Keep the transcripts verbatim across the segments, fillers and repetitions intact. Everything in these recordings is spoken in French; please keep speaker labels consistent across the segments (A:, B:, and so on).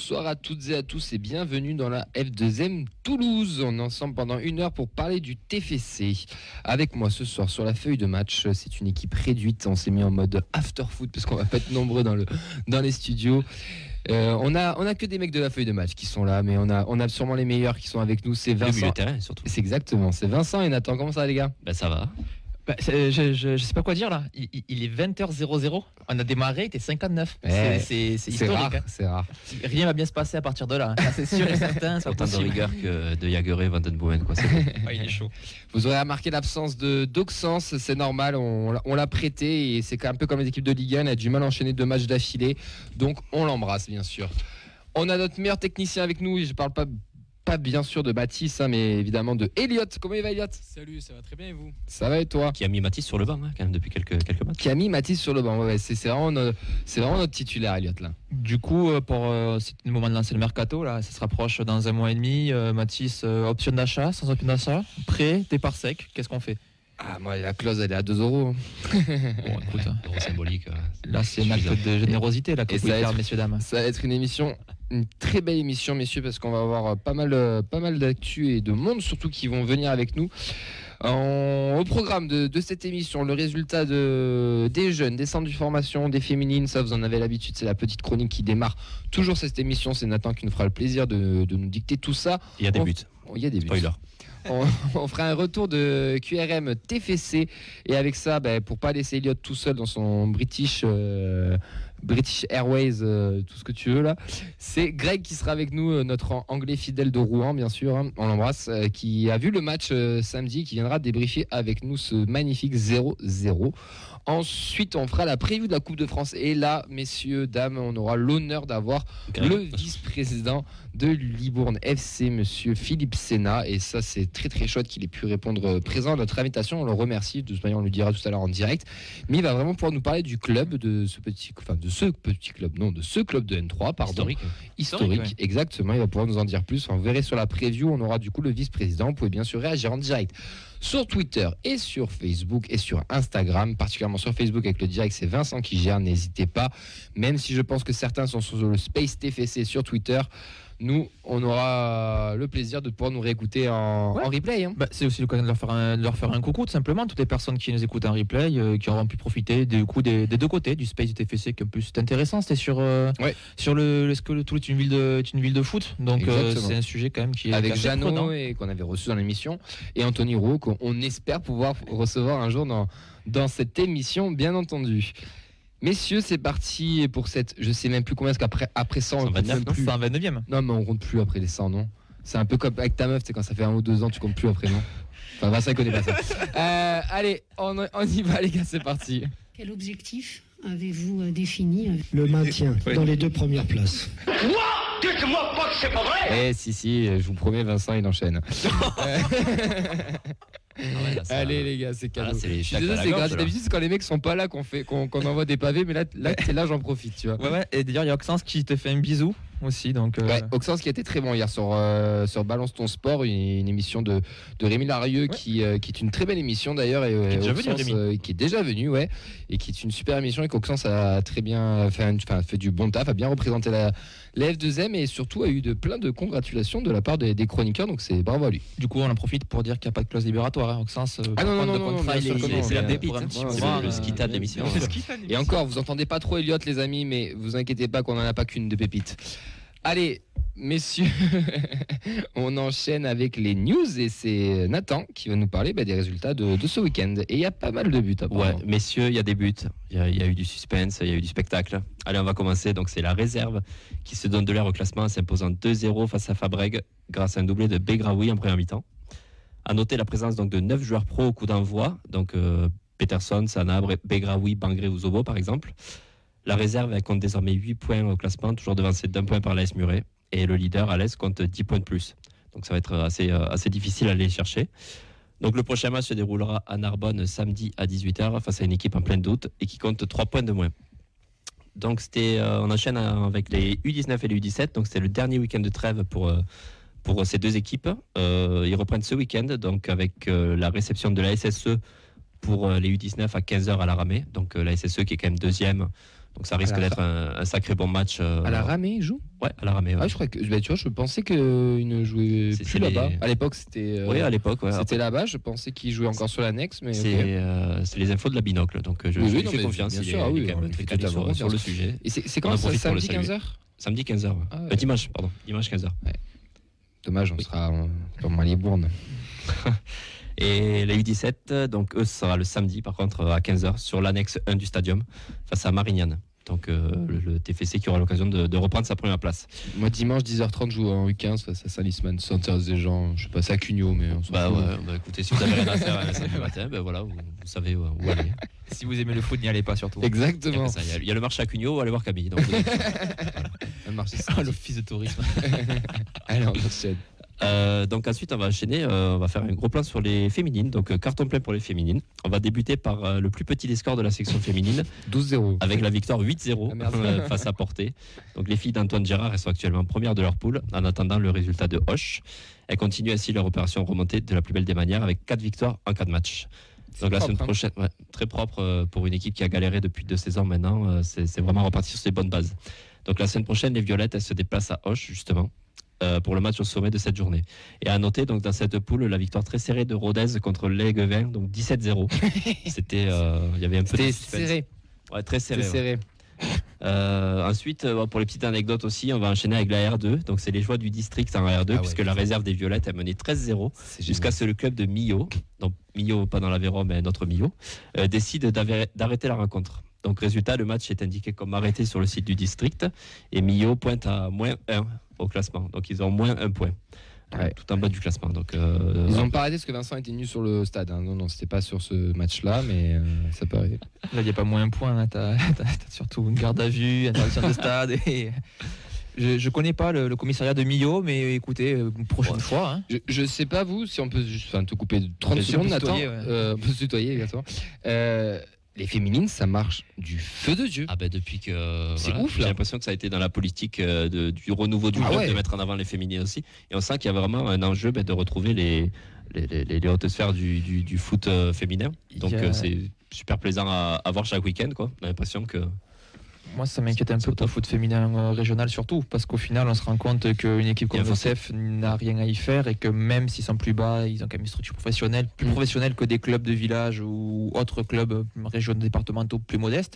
A: Bonsoir à toutes et à tous et bienvenue dans la F deux M Toulouse. On est ensemble pendant une heure pour parler du T F C. Avec moi ce soir sur la feuille de match, c'est une équipe réduite. On s'est mis en mode after foot parce qu'on va pas être nombreux dans, le, dans les studios. Euh, on a on a que des mecs de la feuille de match qui sont là, mais on a on a sûrement les meilleurs qui sont avec nous. C'est Vincent.
B: Le milieu de terrain surtout.
A: C'est exactement. C'est Vincent et Nathan. Comment ça va les gars ?
B: Ben ça va.
C: Bah, je, je, je sais pas quoi dire là. Il, il est vingt heures zéro. On a démarré, il était cinquante-neuf.
A: Ouais,
C: c'est, c'est, c'est historique.
A: Rare,
C: hein.
A: C'est rare.
C: Rien va bien se passer à partir de là. Là c'est sûr et certain. C'est
B: autant de
C: possible.
B: rigueur que de Jaguer et Van Den Boomen, quoi. C'est bon.
C: Ouais, il est chaud.
A: Vous aurez remarqué l'absence de d'Auxence, c'est normal, on, on l'a prêté et c'est un peu comme les équipes de Ligue un, il a du mal à enchaîner deux matchs d'affilée, donc on l'embrasse bien sûr. On a notre meilleur technicien avec nous, et je parle pas, pas bien sûr de Mathis, hein, mais évidemment de Elliot. Comment il va Elliot ?
D: Salut, ça va très bien et vous ?
A: Ça va et toi ?
B: Qui a mis Mathis sur le banc hein, quand même depuis quelques, quelques matchs.
A: Qui a mis Mathis sur le banc, ouais, ouais, c'est, c'est, vraiment notre, c'est vraiment notre titulaire Elliot là.
C: Du coup, pour euh, c'est le moment de lancer le mercato là, ça se rapproche dans un mois et demi. Euh, Mathis, euh, option d'achat, sans option d'achat, prêt, départ sec. Qu'est-ce qu'on fait ?
A: Ah moi la clause elle est à deux euros.
C: Bon, écoute,
B: Euro symbolique. Euh,
C: là c'est un acte de générosité là que
A: Et
C: vous pouvez
A: ça va
C: faire,
A: être-
C: messieurs dames.
A: Ça va être une émission, une très belle émission messieurs, parce qu'on va avoir pas mal, euh, pas mal d'actu et de monde surtout qui vont venir avec nous. En- au programme de, de cette émission, le résultat de, des jeunes, des centres de formation, des féminines, ça vous en avez l'habitude, c'est la petite chronique qui démarre toujours cette émission, c'est Nathan qui nous fera le plaisir de, de nous dicter tout ça.
B: Il y a des
A: On-
B: buts.
A: Il y a des buts.
B: Spoiler.
A: On, on fera un retour de Q R M T F C et avec ça, ben, pour pas laisser Elliot tout seul dans son British euh, British Airways, euh, tout ce que tu veux là, c'est Greg qui sera avec nous, euh, notre an- anglais fidèle de Rouen bien sûr, hein, on l'embrasse, euh, qui a vu le match euh, samedi, qui viendra débriefer avec nous ce magnifique zéro zéro. Ensuite, on fera la preview de la Coupe de France et là, messieurs, dames, on aura l'honneur d'avoir
B: Greg.
A: le vice-président de Libourne F C, monsieur Philippe Sénat, et ça c'est très très chouette qu'il ait pu répondre euh, présent à notre invitation. On le remercie, de toute manière on lui dira tout à l'heure en direct, mais il va vraiment pouvoir nous parler du club, de ce petit, enfin de ce petit club, non, de ce club de N trois, pardon,
B: Historique.
A: historique,
C: Historique, ouais.
A: exactement. Il va pouvoir nous en dire plus. Enfin, vous verrez sur la preview, on aura du coup le vice-président. Vous pouvez bien sûr réagir en direct sur Twitter et sur Facebook et sur Instagram, particulièrement sur Facebook avec le direct, c'est Vincent qui gère, n'hésitez pas, même si je pense que certains sont sur le Space T F C sur Twitter, nous on aura le plaisir de pouvoir nous réécouter en,
C: Ouais.
A: en replay, hein.
C: Bah, c'est aussi l'occasion de leur faire un, de leur faire un coucou tout simplement, toutes les personnes qui nous écoutent en replay, euh, qui auront pu profiter du coup des, des deux côtés du Space du T F C, qui en plus c'est intéressant, c'était sur euh,
A: Ouais.
C: sur le, le, le Toulouse est une ville de est une ville de foot, donc euh,
A: Exactement.
C: c'est un sujet quand même qui est
A: Avec
C: qui est assez prenant.
A: Jeannot et qu'on avait reçu dans l'émission, et Anthony Roux qu'on on espère pouvoir recevoir un jour dans, dans cette émission, bien entendu. Messieurs, c'est parti pour cette, je sais même plus combien, parce qu'après après ça on
B: cent
A: compte
B: vingt-neuf,
A: même
C: Non,
A: plus.
C: c'est en vingt-neuvième.
A: Non, mais on compte plus après les cent, non. C'est un peu comme avec ta meuf, c'est quand ça fait un ou deux ans, tu comptes plus après, non. Enfin, Vincent, il connaît pas ça. Euh, allez, on, on y va, les gars, c'est parti.
E: Quel objectif avez-vous euh, défini euh,
F: Le maintien dans les deux premières places.
G: Dites-moi pas que c'est pas vrai!
A: Eh, si, si, je vous promets, Vincent, il enchaîne. Euh,
B: Ah ouais, là, ça-
A: Allez, les gars, c'est
B: Ah,
A: cadeau.
B: là, c'est les
A: Je suis
B: chacs à
A: désolé,
B: la
A: c'est
B: gorge,
A: grave.
B: là.
A: D'habitude, c'est quand les mecs sont pas là qu'on fait, qu'on, qu'on envoie des pavés, mais là, là, t'es là, j'en profite, tu vois.
C: Ouais, ouais, et d'ailleurs il y a Oxens qui te fait un bisou aussi, donc euh,
A: Ouais, Auxence qui a été très bon hier sur, euh, sur Balance ton sport, une, une émission de, de Rémi Larieux, qui, euh, qui est une très belle émission d'ailleurs, et,
C: Qui est déjà
A: Auxence,
C: venu, Rémi.
A: euh, qui est déjà venu, ouais, et qui est une super émission, et qu'Auxence a très bien fait, un- enfin, fait du bon taf, a bien représenté la, la F deux M, et surtout a eu de, plein de congratulations de la part des, des chroniqueurs, donc c'est bravo à lui.
C: du coup on en profite pour dire qu'il n'y a pas de clause libératoire. Hein. Oxens, euh,
A: Ah
C: par
A: non,
C: contre,
A: non,
C: de
A: non, non,
C: contrat,
A: bien
C: il
A: sûr
C: est-
A: que
C: il
A: non,
C: est-
A: c'est
C: c'est
A: la
C: la
B: pépite,
C: pour un
B: hein.
C: petit
A: Ouais,
C: moment,
B: c'est le
C: euh,
B: skita de l'émission.
C: bien sûr.
A: Et encore, vous entendez pas trop Elliot, les amis, mais vous inquiétez pas qu'on en a pas qu'une de pépite. Allez, messieurs, on enchaîne avec les news et c'est Nathan qui va nous parler bah, des résultats de, de ce week-end. Et il y a pas mal de buts
B: Ouais,
A: apparemment.
B: messieurs, il y a des buts, il y, a- il y a eu du suspense, il y a eu du spectacle. Allez, on va commencer. Donc, c'est la réserve qui se donne de l'air au classement en s'imposant deux zéro face à Fabrègue grâce à un doublé de Begraoui en première mi-temps. À noter la présence donc de neuf joueurs pro au coup d'envoi, donc euh, Peterson, Sanabre, Begraoui, Bangré ou Zobo par exemple. La réserve elle compte désormais huit points au classement, toujours devancée d'un point par l'A S Muret. Et le leader, à l'Est, compte dix points de plus. Donc ça va être assez, euh, assez difficile à aller chercher. Donc le prochain match se déroulera à Narbonne samedi à dix-huit heures face à une équipe en plein doute et qui compte trois points de moins. Donc c'était, euh, on enchaîne avec les U dix-neuf et les U dix-sept. Donc c'était le dernier week-end de trêve pour, euh, pour ces deux équipes. Euh, ils reprennent ce week-end donc avec euh, la réception de la S S E pour euh, les U dix-neuf à quinze heures à la Ramée. Donc euh, la S S E qui est quand même deuxième Donc ça risque
A: À la
B: d'être un, un sacré bon match. Euh,
A: À la Ramée, il joue
B: Ouais, à la Ramée. Ouais.
A: Ah, je crois que, bah, tu vois, je pensais qu'il ne jouait
B: C'est-
A: plus
B: c'est
A: là-bas.
B: les-
A: À l'époque, c'était. euh,
B: Oui, à l'époque. Ouais,
A: C'était là-bas. Je pensais qu'il jouait encore sur l'annexe, mais.
B: C'est
A: ok.
B: euh, c'est les infos de la Binocle, donc euh, je,
A: Oui,
B: je
A: oui,
B: lui
A: non,
B: fais
A: mais
B: confiance.
A: bien
B: Il
A: sûr,
B: est,
A: ah
B: il est
A: oui,
B: quand
A: on
B: même
A: lui
B: très
A: fait
B: calé
A: totalement
B: sur, sur le
A: confiance.
B: sujet.
A: Et c'est, c'est
B: On
A: quand
B: en
A: ça,
B: profite pour le
A: samedi
B: saluer.
A: quinze heures
B: Samedi quinze heures. Ouais.
A: Ah ouais.
B: Euh, dimanche, pardon. Dimanche quinze heures.
A: Dommage, on
B: Oui.
A: sera euh, comme à Libourne.
B: Et la U dix-sept, donc eux, ce sera le samedi, par contre, à quinze heures, sur l'annexe un du stadium, face à Marignane. Donc euh, le, le T F C qui aura l'occasion de, de reprendre sa première place.
A: Moi, dimanche, dix heures trente, je joue en U quinze face à Saint-Lisman. Ça intéresse des gens. Je sais pas, c'est à Cugno, mais on s'en
B: Bah
A: fout.
B: ouais, bah écoutez, si vous avez rien à faire un samedi matin, ben voilà, vous, vous savez où, où aller.
C: Si vous aimez le foot, n'y allez pas surtout.
B: Il y a
A: Exactement.
B: que ça, il y a- il y, a le marché à Cugno, allez voir Camille. Donc, vous êtes-
A: Un marché
C: Ah, l'office de tourisme.
A: Allez, on enchaîne.
B: Euh, donc ensuite, on va enchaîner, euh, on va faire un gros plan sur les féminines. Donc euh, carton plein pour les féminines. On va débuter par euh, le plus petit des scores de la section féminine,
A: douze zéro.
B: avec la victoire huit zéro
A: Ah, merde.
B: euh, face à Portet. Donc les filles d'Antoine Gérard, elles sont actuellement premières de leur poule, en attendant le résultat de Hoche. Elles continuent ainsi leur opération remontée de la plus belle des manières, avec quatre victoires en quatre matchs. Donc la
A: propre,
B: semaine
A: hein.
B: prochaine, ouais, très propre euh, pour une équipe qui a galéré depuis deux saisons maintenant. euh, c'est, c'est vraiment reparti sur ses bonnes bases. Donc la semaine prochaine, les Violettes, elles se déplacent à Hoche, justement, euh, pour le match au sommet de cette journée. Et à noter, donc, dans cette poule, la victoire très serrée de Rodez contre l'Aiguevin, donc dix-sept zéro. C'était, euh, il y avait un peu de
A: C'était
B: suspense.
A: serré.
B: Ouais, très serré.
A: C'était
B: ouais.
A: serré.
B: Euh, ensuite, euh, pour les petites anecdotes aussi, on va enchaîner avec la R deux. Donc, c'est les joies du district en R deux,
A: Ah ouais,
B: puisque la
A: putain.
B: réserve des Violettes a mené treize zéro.
A: C'est
B: Jusqu'à ce que le club de Millau, donc Millau, pas dans l'Aveyron, mais notre Millau, euh, décide d'avé- d'arrêter la rencontre. Donc, résultat, le match est indiqué comme arrêté sur le site du district et Millau pointe à moins un au classement. Donc, ils ont moins un point.
A: Ouais.
B: Tout en bas du classement. Donc, euh,
A: Ils ont pas arrêté parce que Vincent était nu sur le stade. hein. Non, non, c'était pas sur ce match-là, mais euh, ça peut arriver.
C: Là, il n'y a pas moins un point. Là. T'as, t'as- t'as surtout une garde à vue, interdiction de stade. Et... Je, je connais pas le, le commissariat de Millau, mais écoutez, euh, une prochaine
B: Ouais.
C: fois. Hein.
A: Je, je sais pas vous si on peut juste enfin, te couper de trente
C: On peut
A: secondes,
C: se
A: Nathan.
C: tutoyer, ouais.
A: Euh, on peut se tutoyer, exactement. Euh, les féminines, ça marche du feu de Dieu.
B: Ah ben depuis que euh,
A: C'est
B: voilà,
A: ouf,
B: j'ai
A: là.
B: l'impression que ça a été dans la politique euh, de- du renouveau du
A: Ah
B: club
A: ouais.
B: de mettre en avant les féminines aussi, et on sent qu'il y a vraiment un enjeu ben, de retrouver les, les, les- les hautes sphères du, du- du foot euh, féminin. Donc
C: Il y a-
B: euh, c'est super plaisant à, à voir chaque week-end quoi. On a l'impression que
C: Moi, ça m'inquiète un
B: C'est
C: peu
B: au
C: pour le foot féminin euh, régional, surtout, parce qu'au final, on se rend compte qu'une équipe
B: Il y a
C: comme
B: un
C: V C F n'a rien à y faire et que même s'ils sont plus bas, ils ont quand même une structure professionnelle, plus
A: Mm.
C: professionnelle que des clubs de village ou autres clubs euh, régionaux départementaux plus modestes.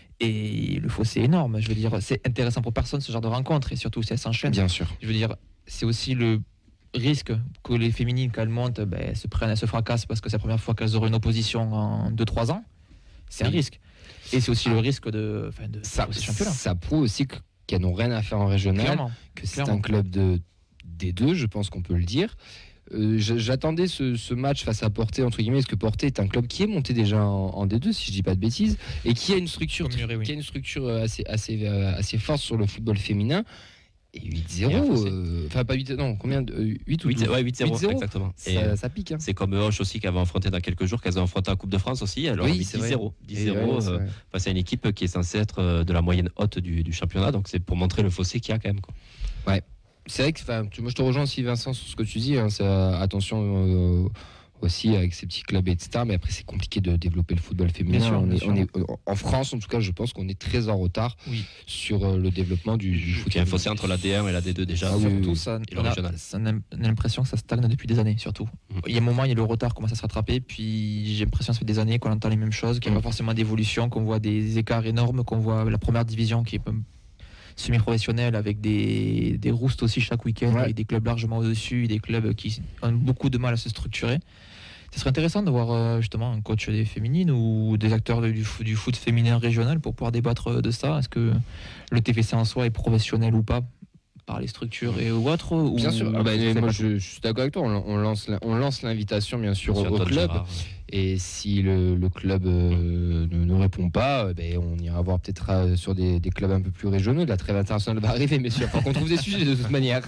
C: Et le fossé est énorme. Je veux dire, c'est intéressant pour personne ce genre de rencontre et surtout si elles s'enchaînent.
A: Bien sûr.
C: Je veux dire, c'est aussi le risque que les féminines, quand elles montent, ben, elles se prennent, elles se fracassent parce que c'est la première fois qu'elles auront une opposition en deux trois ans. C'est un
A: Oui.
C: risque. Et c'est aussi
A: Ah.
C: le risque de, enfin, de
A: Ça,
C: de ces championnats.
A: ça prouve aussi que- qu'elles n'ont rien à faire en régional,
C: Clairement.
A: que c'est
C: clairement.
A: un club de D deux, je pense qu'on peut le dire. Euh, je- J'attendais ce, ce match face à Portet, entre guillemets, parce que Portet est un club qui est monté déjà en, en D deux, si je dis pas de bêtises, et qui a une structure,
C: Comme Muret, oui.
A: qui a une structure euh, assez, assez, euh, assez forte sur le football féminin. Et huit
B: Il y a un
A: zéro,
B: fossé.
A: euh, enfin pas huit, non, combien de, euh, huit ou
B: huit
A: douze
B: ouais, huit zéro
A: huit zéro.
B: exactement. Et, euh,
A: Ça, ça pique. Hein.
B: c'est comme Hoche aussi qui avait affronté dans quelques jours, qu'elles ont affronté en Coupe de France aussi. Alors
A: Oui,
B: oui,
A: c'est
B: dix
A: vrai.
B: zéro. dix
A: Et
B: zéro
A: ouais, c'est
B: euh,
A: vrai.
B: face à une équipe qui est censée être euh, de la moyenne haute du, du championnat. Donc c'est pour montrer le fossé qu'il y a quand même. Quoi.
A: C'est vrai que, enfin, tu- moi je te rejoins aussi Vincent sur ce que tu dis. Hein, c'est, euh, attention euh, aussi avec ces petits clubs et cetera. Mais après c'est compliqué de développer le football féminin.
C: Bien sûr,
A: on
C: bien
A: est,
C: sûr.
A: on est- euh, en France en tout cas, je pense qu'on est très en retard
C: Oui.
A: sur euh, le développement du, du foot.
B: Il y a un
A: féminin.
B: fossé entre la D un et la D deux déjà.
A: Ah oui,
C: Surtout,
A: oui.
C: ça,
B: Et le
C: on, a,
B: régional.
C: ça, on a on a l'impression que ça stagne depuis des années, surtout.
B: Mhm.
C: Il y a un moment, il y a le retard commence à se rattraper, puis j'ai l'impression que ça fait des années qu'on entend les mêmes choses, qu'il n'y a
A: Mhm.
C: pas forcément d'évolution, qu'on voit des écarts énormes, qu'on voit la première division qui est euh, semi-professionnelle avec des, des roustes aussi chaque week-end,
A: Ouais.
C: avec des clubs largement au-dessus, des clubs qui ont beaucoup de mal à se structurer. Ce serait intéressant d'avoir euh, justement un coach des féminines ou des acteurs de- du, foot, du foot féminin régional pour pouvoir débattre de ça. Est-ce que le T F C en soi est professionnel ou pas par les structures et ou autres ou-
A: Bien sûr. Ah bah,
C: c'est
A: moi
C: pas
A: je, je suis d'accord avec toi. On, on lance, la- on lance l'invitation bien sûr
B: Sur
A: au, au
B: Antoine
A: club.
B: Gérard.
A: Et si le, le club euh, ne, ne répond pas, euh, ben, on ira voir peut-être euh, sur des, des clubs un peu plus régionaux. La trêve internationale va arriver, messieurs. Faut qu'on trouve des sujets de toute manière.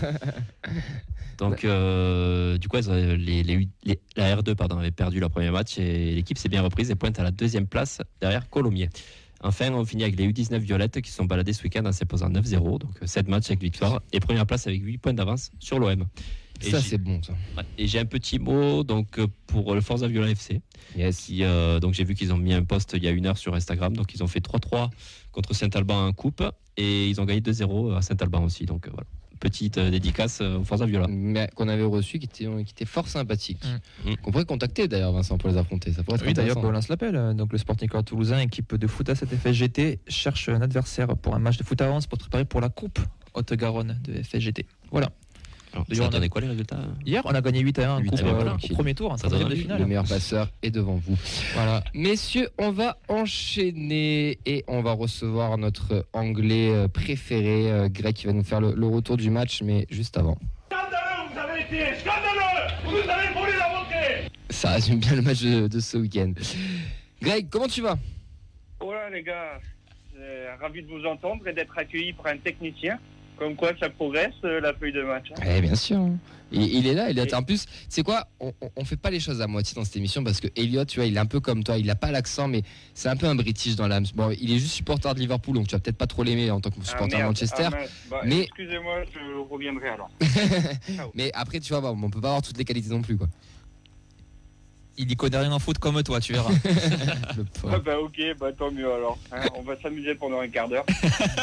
B: Donc, euh, du coup, elles ont- les, les, les- la R deux pardon, avait perdu leur premier match et l'équipe s'est bien reprise et pointe à la deuxième place derrière Colomiers. Enfin, on finit avec les U dix-neuf Violettes qui sont baladées ce week-end en s'imposant neuf zéro, donc sept matchs avec victoire et première place avec huit points d'avance sur l'O M. Et
A: ça,
B: j'ai-
A: c'est bon, ça.
B: Ouais. Et j'ai un petit mot donc euh, pour le Forza Viola F C.
A: Yes.
B: Qui, euh, donc j'ai vu qu'ils ont mis un post il y a une heure sur Instagram. Donc ils ont fait trois trois contre Saint-Alban en coupe et ils ont gagné deux zéro à Saint-Alban aussi. Donc euh, voilà, petite euh, dédicace euh, au Forza Viola.
A: Mais qu'on avait reçu, qui était, qui était fort sympathique.
B: Mm.
A: Qu'on pourrait contacter d'ailleurs, Vincent, pour les affronter. Ça pourrait être
C: Oui, d'ailleurs,
A: intéressant.
C: on lance l'appel. Donc, le Sporting Club Toulousain, équipe de foot à cette F S G T, cherche un adversaire pour un match de foot à onze pour se préparer pour la Coupe Haute-Garonne de F S G T. Voilà.
B: Alors,
C: D'ailleurs,
B: ça a
C: on a-
B: donné quoi les résultats?
C: Hier, on a gagné huit à un en
B: huit à un,
C: coupe, euh,
B: voilà.
C: au premier tour, en
B: Ça
C: troisième
B: donne
C: de
B: envie.
C: finale.
A: Le meilleur passeur est devant vous.
C: Voilà.
A: Messieurs, on va enchaîner et on va recevoir notre anglais euh, préféré, euh, Greg, qui va nous faire le, le retour du match, mais juste avant.
G: Scandaleux, vous avez été scandaleux. Vous avez volé la montée.
A: Ça résume bien le match de, de ce week-end. Greg, comment tu vas?
D: Voilà les gars, euh, ravi de vous entendre et d'être accueilli par un technicien. Comme quoi ça progresse euh, la feuille de match. hein.
A: Eh bien sûr. Il, il est là, il est
D: Et-
A: là. En plus, c'est quoi on, on- on fait pas les choses à moitié dans cette émission parce que Elliot, tu vois, il est un peu comme toi. Il a pas l'accent, mais c'est un peu un British dans l'âme. Bon, il est juste supporter de Liverpool, donc tu vas peut-être pas trop l'aimer en tant que
D: Ah,
A: supporter de
D: merde.
A: Manchester.
D: Ah, mince. Bah,
A: mais-
D: Excusez-moi, je reviendrai alors.
A: Mais après, tu vois, bon, on peut pas avoir toutes les qualités non plus, quoi.
C: Il y connaît rien en foot comme toi, tu verras.
A: Le pauvre.
D: Ah, bah ok, bah tant mieux alors. hein. On va s'amuser pendant un quart d'heure.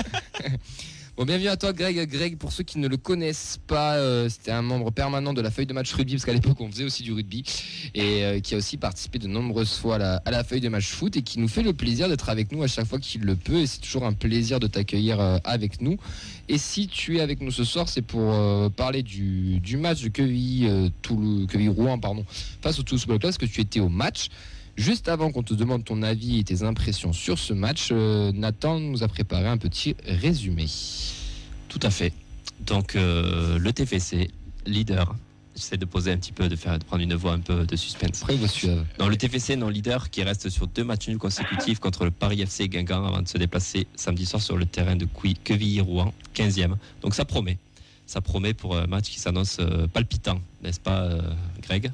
A: Bon, bienvenue à toi, Greg. Greg, pour ceux qui ne le connaissent pas, euh, c'était un membre permanent de la feuille de match rugby, parce qu'à l'époque, on faisait aussi du rugby, et euh, qui a aussi participé de nombreuses fois à la, à la feuille de match foot, et qui nous fait le plaisir d'être avec nous à chaque fois qu'il le peut, et c'est toujours un plaisir de t'accueillir euh, avec nous. Et si tu es avec nous ce soir, c'est pour euh, parler du, du match de Quevilly, euh, Toulou- Quevilly-Rouen, pardon, face au Toulouse Football Club, parce que tu étais au match. Juste avant qu'on te demande ton avis et tes impressions sur ce match, euh, Nathan nous a préparé un petit résumé.
B: Tout à fait. Donc euh, le T F C, leader. J'essaie de poser un petit peu, de, faire, de prendre une voix un peu de suspense.
A: Après, il va suivre.
B: Dans le T F C, non leader, qui reste sur deux matchs nuls consécutifs contre le Paris F C et Guingamp avant de se déplacer samedi soir sur le terrain de Qui- Quevilly-Rouen, quinzième. Donc ça promet. Ça promet pour un match qui s'annonce euh, palpitant, n'est-ce pas, euh, Greg?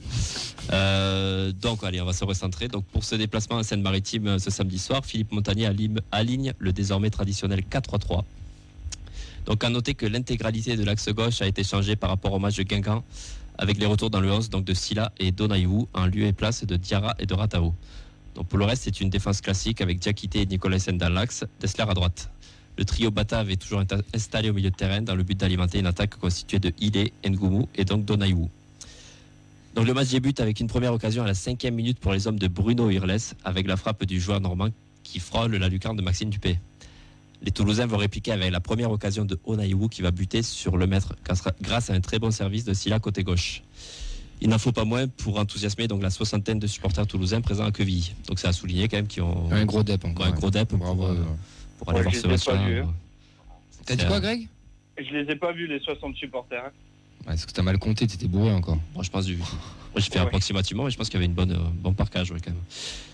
B: Euh, Donc, allez, on va se recentrer. Donc, pour ce déplacement en Seine-Maritime euh, ce samedi soir, Philippe Montagnier alim- aligne le désormais traditionnel quatre trois trois. Donc, à noter que l'intégralité de l'axe gauche a été changée par rapport au match de Guingamp, avec les retours dans le onze donc de Silla et Donaïou en lieu et place de Diarra et de Ratao. Donc, pour le reste, c'est une défense classique avec Diakité et Nicolaisen dans l'axe, Dessler à droite. Le trio Bata avait toujours été installé au milieu de terrain dans le but d'alimenter une attaque constituée de Ile, Ngoumou et donc Donaïou. Donc le match débute avec une première occasion à la cinquième minute pour les hommes de Bruno Irles avec la frappe du joueur normand qui frôle la lucarne de Maxime Dupé. Les Toulousains vont répliquer avec la première occasion de Onaïou qui va buter sur le maître grâce à un très bon service de Silla côté gauche. Il n'en faut pas moins pour enthousiasmer donc la soixantaine de supporters toulousains présents à Quevilly. Donc c'est à souligner quand même qu'ils ont
A: Un gros dep encore.
B: Ouais, un gros dep pour,
A: Bravo.
B: euh, pour aller
D: Ouais,
B: voir
D: je
B: ce
D: les ai
B: match-là.
D: pas vus, hein.
A: T'as dit
B: C'est,
A: quoi,
B: euh,
A: Greg?
D: Je les ai pas vus les soixante supporters. hein.
A: Ouais, est-ce que t'as mal compté? T'étais bourré encore.
B: Moi, je pense du. Moi, j'ai fait
D: Ouais.
B: approximativement, mais je pense qu'il y avait une bonne, euh, bon parcage, ouais, quand même.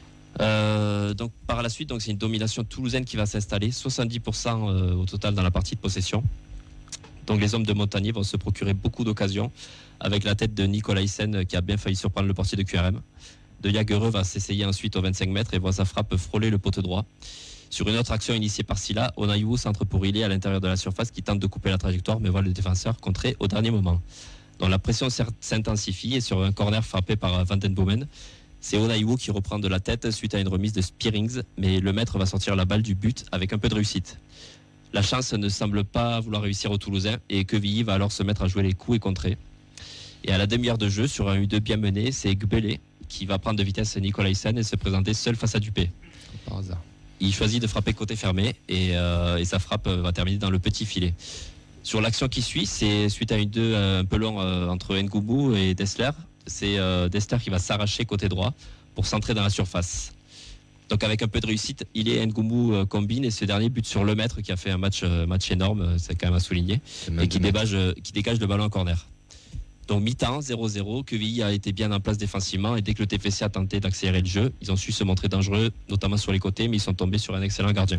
B: Euh, donc, par la suite, donc, c'est une domination toulousaine qui va s'installer, soixante-dix pour cent euh, au total dans la partie de possession. Donc, les hommes de Montagnier vont se procurer beaucoup d'occasions, avec la tête de Nicolas Hyssen qui a bien failli surprendre le portier de Q R M. De Jagereux va s'essayer ensuite aux vingt-cinq mètres et voit sa frappe frôler le poteau droit. Sur une autre action initiée par Silla, Onaïou centre pour Ilé à l'intérieur de la surface qui tente de couper la trajectoire mais voit le défenseur contrer au dernier moment. Donc la pression s'intensifie et sur un corner frappé par Van den Bomen, c'est Onaïou qui reprend de la tête suite à une remise de Spearings, mais le maître va sortir la balle du but avec un peu de réussite. La chance ne semble pas vouloir réussir aux Toulousains et Quevilly va alors se mettre à jouer les coups et contrer. Et à la demi-heure de jeu, sur un U deux bien mené, c'est Gbele qui va prendre de vitesse Nicolas Hyssen et se présenter seul face à Dupé.
A: Par hasard.
B: Il choisit de frapper côté fermé et, euh, et sa frappe va terminer dans le petit filet. Sur l'action qui suit, c'est suite à une deux euh, un peu long euh, entre Ngoumou et Dessler. C'est euh, Dessler qui va s'arracher côté droit pour centrer dans la surface. Donc avec un peu de réussite, il est Ngoumou euh, combine et ce dernier but sur le maître qui a fait un match, euh, match énorme, c'est quand même à souligner, et qui dégage, euh, qui dégage le ballon en corner. Donc mi-temps, zéro zéro, Quevilly a été bien en place défensivement et dès que le T F C a tenté d'accélérer le jeu, ils ont su se montrer dangereux, notamment sur les côtés, mais ils sont tombés sur un excellent gardien.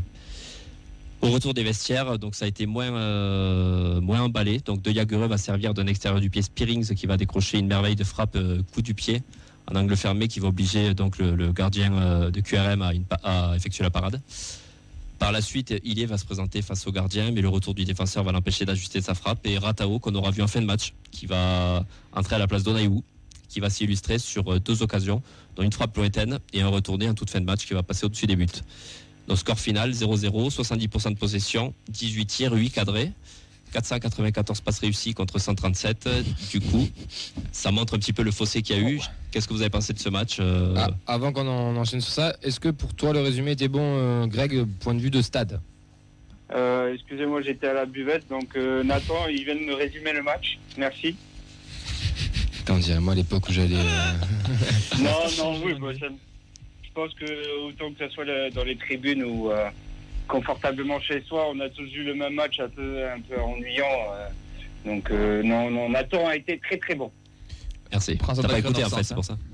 B: Au retour des vestiaires, donc ça a été moins, euh, moins emballé. Donc De Jagereux va servir d'un extérieur du pied Spearings qui va décrocher une merveille de frappe euh, coup du pied en angle fermé qui va obliger donc le, le gardien euh, de Q R M à, une, à effectuer la parade. Par la suite, Ilié va se présenter face au gardien, mais le retour du défenseur va l'empêcher d'ajuster sa frappe. Et Ratao, qu'on aura vu en fin de match, qui va entrer à la place d'Onaïwu, qui va s'illustrer sur deux occasions, dont une frappe lointaine et un retourné en toute fin de match qui va passer au-dessus des buts. Donc score final zéro zéro, soixante-dix pour cent de possession, dix-huit tirs, huit cadrés, quatre cent quatre-vingt-quatorze passes réussies contre cent trente-sept. Du coup, ça montre un petit peu le fossé qu'il y a eu. Qu'est-ce que vous avez pensé de ce match euh...
A: ah, Avant qu'on en enchaîne sur ça, est-ce que pour toi le résumé était bon, euh, Greg, point de vue de stade?
D: euh, Excusez-moi, j'étais à la buvette, donc euh, Nathan, il vient de me résumer le match. Merci.
A: Putain, on dirait moi à l'époque où j'allais... Euh...
D: non, non, oui, bah, ça, je pense que autant que ce soit le, dans les tribunes ou euh, confortablement chez soi, on a tous vu le même match un peu, un peu ennuyant. Euh, donc euh, non, non, Nathan a été très très bon.
B: Merci. T'as pas écouté en fait, c'est pour ça.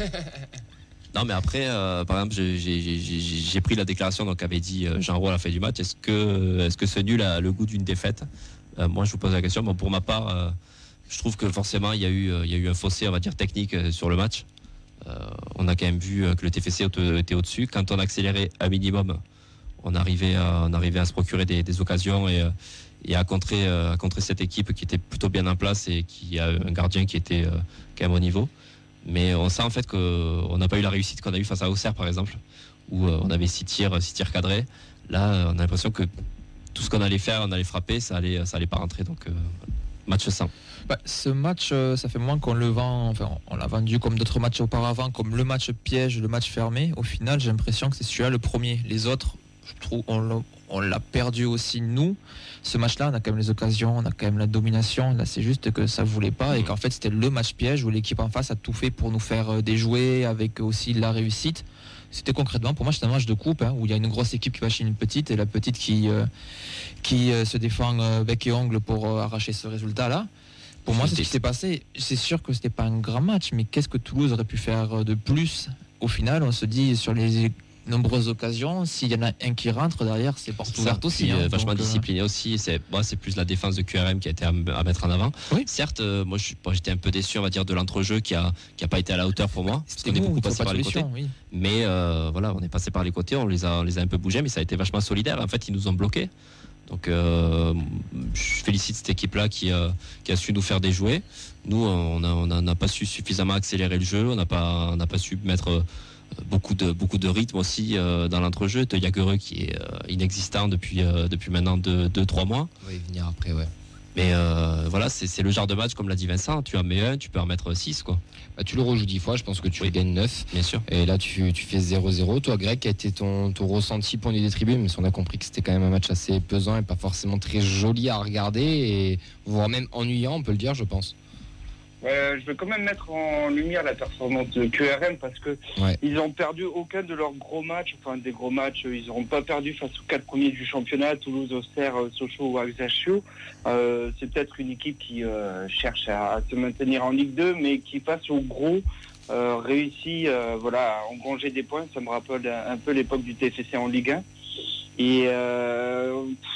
B: Non, mais après, euh, par exemple, j'ai, j'ai, j'ai, j'ai pris la déclaration donc qu'avait dit Jean Roux à la fin du match. Est-ce que, est-ce que ce nul a le goût d'une défaite? euh, Moi, je vous pose la question. Bon, pour ma part, euh, je trouve que forcément, il y a eu, il y a eu un fossé, on va dire, technique euh, sur le match. Euh, on a quand même vu que le T F C était au-dessus. Quand on accélérait un minimum, on arrivait à, on arrivait à se procurer des, des occasions et, et à, contrer, à contrer cette équipe qui était plutôt bien en place et qui a un gardien qui était euh, quand même au niveau. Mais on sent en fait qu'on n'a pas eu la réussite qu'on a eu face à Auxerre par exemple, où on avait six tirs, six tirs cadrés. Là, on a l'impression que tout ce qu'on allait faire, on allait frapper, ça allait, ça allait pas rentrer. Donc euh, match sain.
C: Bah, ce match, euh, ça fait moins qu'on le vend, enfin on l'a vendu comme d'autres matchs auparavant, comme le match piège, le match fermé. Au final, j'ai l'impression que c'est celui-là le premier. Les autres, je trouve, on l'a, on l'a perdu aussi nous. Ce match-là, on a quand même les occasions, on a quand même la domination. Là, c'est juste que ça voulait pas et qu'en fait, c'était le match piège où l'équipe en face a tout fait pour nous faire déjouer avec aussi la réussite. C'était concrètement, pour moi, c'est un match de coupe hein, où il y a une grosse équipe qui va chez une petite et la petite qui, euh, qui euh, se défend euh, bec et ongle pour euh, arracher ce résultat-là. Pour moi, c'est ce qui s'est passé. C'est sûr que c'était pas un grand match, mais qu'est-ce que Toulouse aurait pu faire de plus? Au final, on se dit sur les nombreuses occasions, s'il y en a un qui rentre derrière, c'est porte ouverte aussi.
B: Puis,
C: hein,
B: euh, vachement
C: donc,
B: discipliné aussi. C'est, moi, c'est plus la défense de Q R M qui a été à, à mettre en avant.
C: Oui.
B: Certes, euh, moi, je, bon, j'étais un peu déçu, on va dire, de l'entrejeu qui a, qui a pas été à la hauteur pour moi. Parce qu'on est beaucoup passé par les côtés.
C: Oui.
B: Mais euh, voilà, on est passé par les côtés, on les a, on les a un peu bougés, mais ça a été vachement solidaire. En fait, ils nous ont bloqués. Donc, euh, je félicite cette équipe-là qui, euh, qui a su nous faire déjouer. Nous, on n'a on a, on a pas su suffisamment accélérer le jeu, on n'a pas, on n'a pas su mettre euh, beaucoup de, beaucoup de rythme aussi euh, dans l'entrejeu. De Yagereux qui est euh, inexistant depuis, euh, depuis maintenant deux trois mois.
A: On va y venir après, ouais.
B: Mais euh, voilà, c'est, c'est le genre de match, comme l'a dit Vincent, tu en mets un, tu peux en mettre six, quoi.
A: Bah, tu le rejoues dix fois, je pense que tu
B: Oui.
A: gagnes neuf.
B: Bien sûr.
A: Et là, tu, tu fais zéro zéro. Toi, Greg, quel a été ton, ton ressenti pour des tribunes? Mais on a compris que c'était quand même un match assez pesant et pas forcément très joli à regarder, et voire même ennuyant, on peut le dire, je pense.
D: Euh, je veux quand même mettre en lumière la performance de Q R M parce que
A: Ouais.
D: ils n'ont perdu aucun de leurs gros matchs, enfin des gros matchs, ils n'auront pas perdu face aux quatre premiers du championnat, Toulouse, Auxerre, Sochaux ou Ajaccio. Euh, c'est peut-être une équipe qui euh, cherche à, à se maintenir en Ligue deux, mais qui face aux gros euh, réussit euh, voilà, à engranger des points. Ça me rappelle un, un peu l'époque du T F C en Ligue un. Et euh,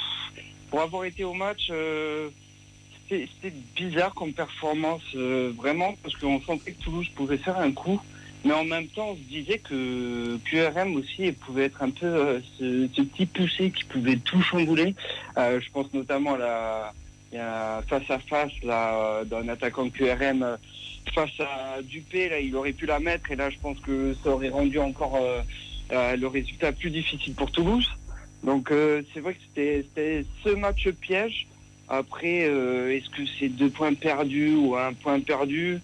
D: pour avoir été au match... Euh, C'était bizarre comme performance, euh, vraiment, parce qu'on sentait que Toulouse pouvait faire un coup, mais en même temps, on se disait que Q R M aussi pouvait être un peu euh, ce, ce petit poussé qui pouvait tout chambouler. Euh, je pense notamment à la, il y a face à face là, d'un attaquant de Q R M euh, face à Dupé, là, il aurait pu la mettre, et là, je pense que ça aurait rendu encore euh, euh, le résultat plus difficile pour Toulouse. Donc, euh, c'est vrai que c'était, c'était ce match piège. Après, euh, est-ce que c'est deux points perdus ou un point perdu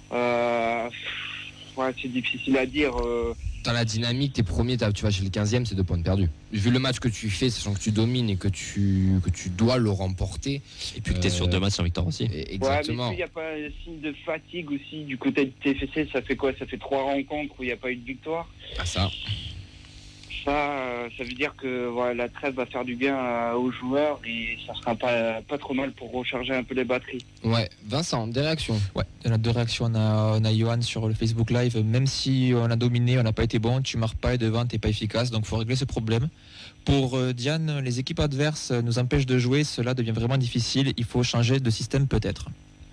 D: euh, ouais, c'est difficile à dire. Euh...
A: Dans la dynamique, t'es premier, tu vas chez le quinzième, c'est deux points perdus. Vu le match que tu fais, sachant que tu domines et que tu, que tu dois le remporter.
B: Et puis que t'es euh... sur deux matchs sans victoire aussi.
A: Exactement.
D: Ouais, mais il n'y a pas un signe de fatigue aussi du côté du T F C? Ça fait quoi? Ça fait trois rencontres où il n'y a pas eu de victoire.
A: Ah, ça.
D: Ça, ça veut dire que voilà, la trêve va faire du bien aux joueurs et ça sera pas, pas trop mal pour recharger un peu les batteries.
A: Ouais, Vincent, des réactions?
C: Ouais, il y en a deux réactions. On a, on a Johan sur le Facebook Live. Même si on a dominé, on n'a pas été bon, tu marques pas et devant, t'es pas efficace. Donc il faut régler ce problème. Pour euh, Diane, les équipes adverses nous empêchent de jouer. Cela devient vraiment difficile. Il faut changer de système peut-être.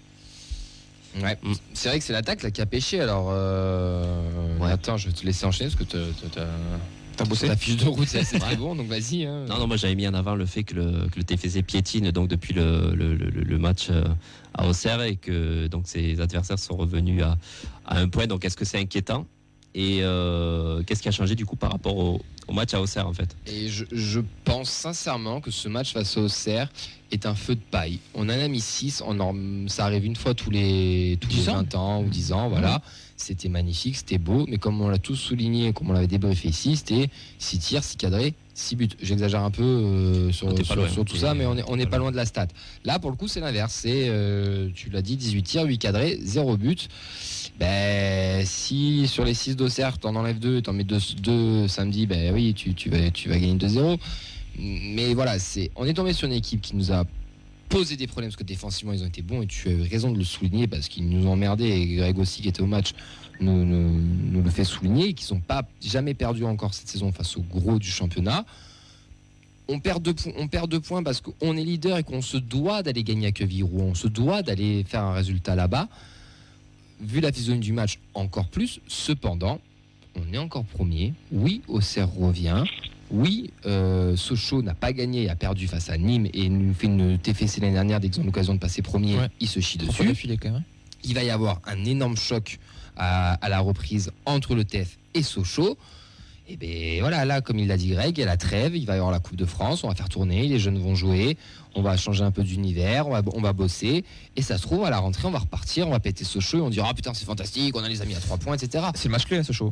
A: Ouais, c'est vrai que c'est l'attaque là qui a pêché. Alors, euh... ouais. Attends, je vais te laisser enchaîner parce que t'as... t'as...
C: T'as bossé
A: ta fiche de route, c'est assez très bon, donc vas-y. Hein.
B: Non, non, moi j'avais mis en avant le fait que le, que le T F C piétine donc depuis le, le, le, le match à Auxerre et que donc ses adversaires sont revenus à, à un point. Donc est-ce que c'est inquiétant? Et euh, qu'est-ce qui a changé du coup par rapport au, au match à Auxerre en fait?
A: Et je, je pense sincèrement que ce match face à Auxerre est un feu de paille. On en a mis six, on en, ça arrive une fois tous les, tous les vingt ans ou dix ans, voilà. Mmh. C'était magnifique, c'était beau, mais comme on l'a tous souligné, comme on l'avait débriefé ici, c'était six tirs, six cadrés, six buts. J'exagère un peu euh, sur, sur, loin, sur tout ça, mais on n'est on est pas loin de la stat. Là, pour le coup, c'est l'inverse. C'est, euh, tu l'as dit, dix-huit tirs, huit cadrés, zéro but. Ben, si sur les six d'Auxerre, tu en enlèves deux, tu en mets deux samedi, ben oui, tu, tu, vas, tu vas gagner deux zéro. Mais voilà, c'est, on est tombé sur une équipe qui nous a posé des problèmes parce que défensivement ils ont été bons et tu as raison de le souligner parce qu'ils nous ont emmerdés et Greg aussi qui était au match nous, nous, nous le fait souligner et qu'ils n'ont pas jamais perdu encore cette saison face au gros du championnat. On perd deux, on perd deux points parce qu'on est leader et qu'on se doit d'aller gagner à Quevilly-Rouen, on se doit d'aller faire un résultat là-bas. Vu la physionomie du match, encore plus. Cependant, on est encore premier. Oui, Auxerre revient. Oui, euh, Sochaux n'a pas gagné, a perdu face à Nîmes et nous fait une T F C l'année dernière dès qu'ils ont l'occasion de passer premier, ouais. Il se chie dessus.
C: Quand même.
A: Il va y avoir un énorme choc à, à la reprise entre le T F et Sochaux. Et bien voilà, là, comme il l'a dit Greg, il y a la trêve, il va y avoir la Coupe de France, on va faire tourner, les jeunes vont jouer, on va changer un peu d'univers, on va, on va bosser, et ça se trouve, à la rentrée, on va repartir, on va péter Sochaux, et on dira, ah putain, c'est fantastique, on a les amis à trois points, et cetera.
C: C'est le match clé à Sochaux.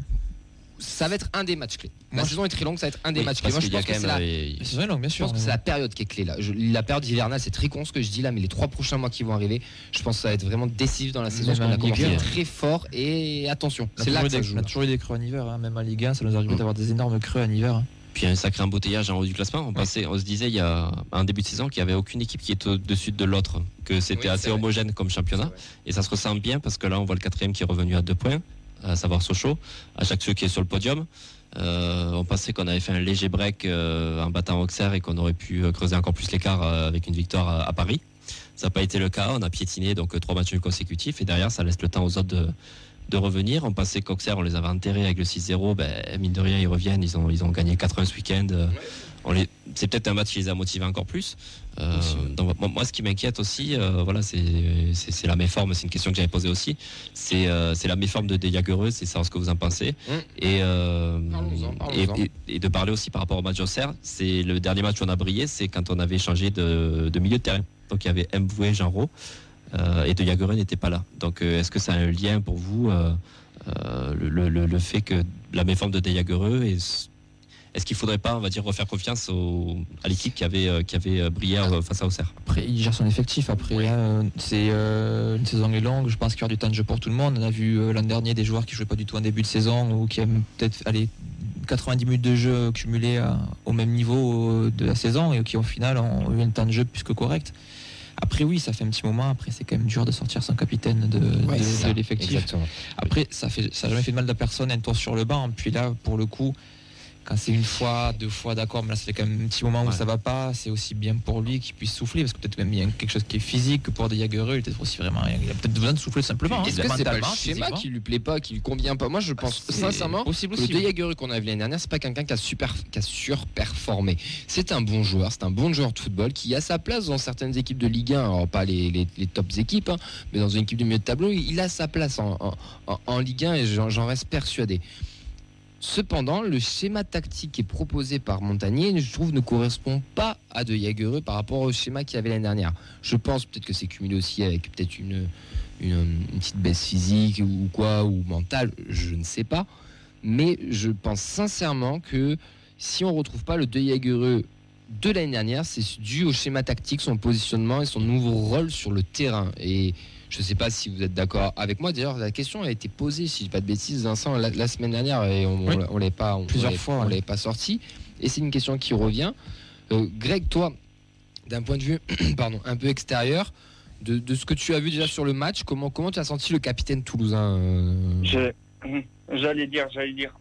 A: Ça va être un des matchs clés. La
C: Moi,
A: saison est très longue, ça va être un des
B: oui,
A: matchs clés. Moi, je pense que c'est la...
B: les...
C: la saison est longue, bien sûr.
A: Je pense que c'est la période qui est clé là. Je... La période hivernale, c'est très con ce que je dis là, mais les trois prochains mois qui vont arriver, je pense que ça va être vraiment décisif dans la saison. Même parce qu'on a commencé Ligue un, très fort et attention. C'est là que ça joue.
C: On a toujours eu des creux en hiver, hein. Même en Ligue un, ça nous arrive mmh. d'avoir des énormes creux en hiver. Hein.
B: Puis un sacré embouteillage en haut du classement. On, pensait, on se disait il y a un début de saison qu'il n'y avait aucune équipe qui était au-dessus de l'autre, que c'était oui, assez homogène vrai. Comme championnat. Et ça se ressent bien parce que là, on voit le quatrième qui est revenu à deux points, à savoir Sochaux, à chaque ceux qui est sur le podium. Euh, on pensait qu'on avait fait un léger break euh, en battant Auxerre et qu'on aurait pu creuser encore plus l'écart euh, avec une victoire à, à Paris. Ça n'a pas été le cas. On a piétiné donc trois matchs consécutifs et derrière, ça laisse le temps aux autres de de revenir. On pensait qu'Auxerre, on les avait enterrés avec le six zéro. Ben, mine de rien, ils reviennent. Ils ont, ils ont gagné quatre un ce week-end. On les... C'est peut-être un match qui les a motivés encore plus. Euh, donc, moi, ce qui m'inquiète aussi, euh, voilà, c'est, c'est, c'est la méforme. C'est une question que j'avais posée aussi. C'est, euh, c'est la méforme de Diaguereux. C'est savoir ce que vous en pensez. Mmh. Et, euh, parlons-en, parlons-en. Et, et, et de parler aussi par rapport au match d'Auxerre. C'est le dernier match où on a brillé. C'est quand on avait changé de, de milieu de terrain. Donc, il y avait Mboué, Jean Rau. Euh, et de Diaguereux n'était pas là. Donc euh, est-ce que ça a un lien pour vous euh, euh, le, le, le fait que la méforme de Diaguereux est, est-ce qu'il ne faudrait pas, on va dire, refaire confiance au, à l'équipe qui avait, euh, qui avait brillé euh, face à Auxerre?
C: Après, il gère son effectif. Après, oui. hein, c'est euh, une saison est longue. Je pense qu'il y aura du temps de jeu pour tout le monde. On a vu euh, l'an dernier des joueurs qui ne jouaient pas du tout en début de saison ou qui aiment peut-être aller quatre-vingt-dix minutes de jeu cumulés à, au même niveau de la saison et qui au final ont eu un temps de jeu plus que correct. Après oui, ça fait un petit moment. Après c'est quand même dur de sortir son capitaine de, ouais, de, ça, de l'effectif. Exactement. Après ça fait, ça n'a jamais fait de mal de personne un tour sur le banc. Puis là pour le coup, quand c'est une fois, deux fois, d'accord, mais là ça fait quand même un petit moment où ouais. ça va pas. C'est aussi bien pour lui qu'il puisse souffler parce que peut-être même il y a quelque chose qui est physique que pour Diaguereux, il est peut-être aussi vraiment, il a peut-être besoin de souffler simplement.
A: Est-ce hein, que c'est pas le schéma qui lui plaît pas, qui lui convient pas? Moi je pense c'est sincèrement possible que le Diaguereux qu'on a vu l'année dernière, c'est pas quelqu'un qui a super, qui a surperformé. C'est un bon joueur, c'est un bon joueur de football qui a sa place dans certaines équipes de Ligue un, alors pas les, les, les tops équipes, hein, mais dans une équipe du milieu de tableau, il a sa place en, en, en, en Ligue un et j'en, j'en reste persuadé. Cependant, le schéma tactique qui est proposé par Montagnier, je trouve, ne correspond pas à De Jagereux par rapport au schéma qu'il y avait l'année dernière. Je pense peut-être que c'est cumulé aussi avec peut-être une, une, une petite baisse physique ou quoi, ou mentale, je ne sais pas. Mais je pense sincèrement que si on ne retrouve pas le De Jagereux de l'année dernière, c'est dû au schéma tactique, son positionnement et son nouveau rôle sur le terrain. Et je ne sais pas si vous êtes d'accord avec moi. D'ailleurs, la question a été posée, si je ne dis pas de bêtises, Vincent, la, la semaine dernière, et on oui. ne l'avait pas, on, plusieurs on fois, on ouais. l'avait pas sorti. Et c'est une question qui revient. Euh, Greg, toi, d'un point de vue pardon, un peu extérieur, de, de ce que tu as vu déjà sur le match, comment, comment tu as senti le capitaine toulousain euh...
D: je, J'allais dire, j'allais dire.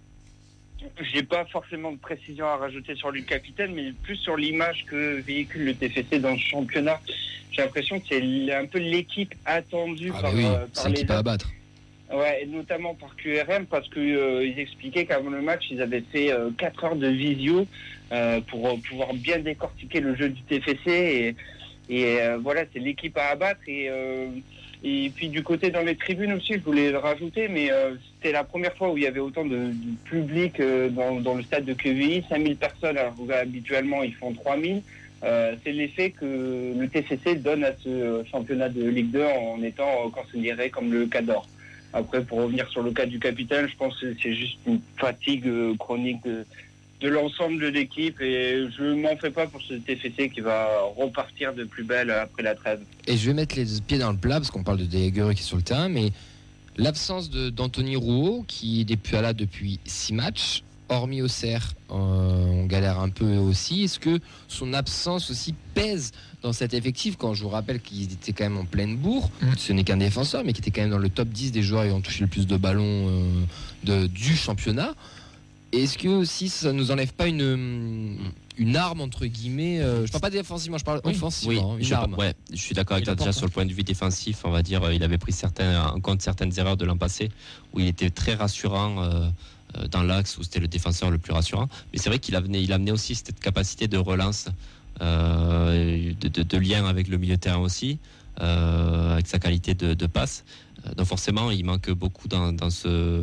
D: J'ai pas forcément de précision à rajouter sur le capitaine, mais plus sur l'image que véhicule le T F C dans le championnat. J'ai l'impression que c'est un peu l'équipe attendue
A: ah
D: par,
A: oui,
D: euh, par
A: c'est
D: les
A: l'équipe à abattre.
D: Ouais, et notamment par Q R M, parce qu'ils euh, expliquaient qu'avant le match, ils avaient fait euh, quatre heures de visio euh, pour euh, pouvoir bien décortiquer le jeu du T F C. Et, et euh, voilà, c'est l'équipe à abattre. Et, euh, et puis du côté dans les tribunes aussi, je voulais le rajouter, mais euh, c'était la première fois où il y avait autant de, de public euh, dans, dans le stade de Q V I, cinq mille personnes, alors qu'habituellement ils font trois mille. Euh, c'est l'effet que le T F C donne à ce championnat de Ligue deux en étant euh, considéré comme le cadre. Après, pour revenir sur le cas du capitaine, je pense que c'est juste une fatigue euh, chronique de, de l'ensemble de l'équipe et je m'en fais pas pour ce T F C qui va repartir de plus belle après la trêve.
A: Et je vais mettre les pieds dans le plat parce qu'on parle de Dejaguerre qui est sur le terrain, mais l'absence de, d'Anthony Rouault qui est là depuis six matchs, hormis Auxerre, euh, on galère un peu aussi. Est-ce que son absence aussi pèse dans cet effectif, quand je vous rappelle qu'il était quand même en pleine bourre, mmh. ce n'est qu'un défenseur, mais qui était quand même dans le top dix des joueurs ayant touché le plus de ballons euh, de, du championnat. Est-ce que aussi ça nous enlève pas une, une arme entre guillemets euh, je parle pas défensivement, je parle oui. offensivement.
B: Oui,
A: une
B: je,
A: arme.
B: Ouais, je suis d'accord avec toi. Déjà sur le point de vue défensif, on va dire, il avait pris certains, en compte certaines erreurs de l'an passé, où il était très rassurant euh, dans l'axe, où c'était le défenseur le plus rassurant. Mais c'est vrai qu'il amenait, il amenait aussi cette capacité de relance. Euh, de, de, de lien avec le milieu de terrain aussi, euh, avec sa qualité de, de passe. Euh, donc forcément, il manque beaucoup dans, dans ce, euh,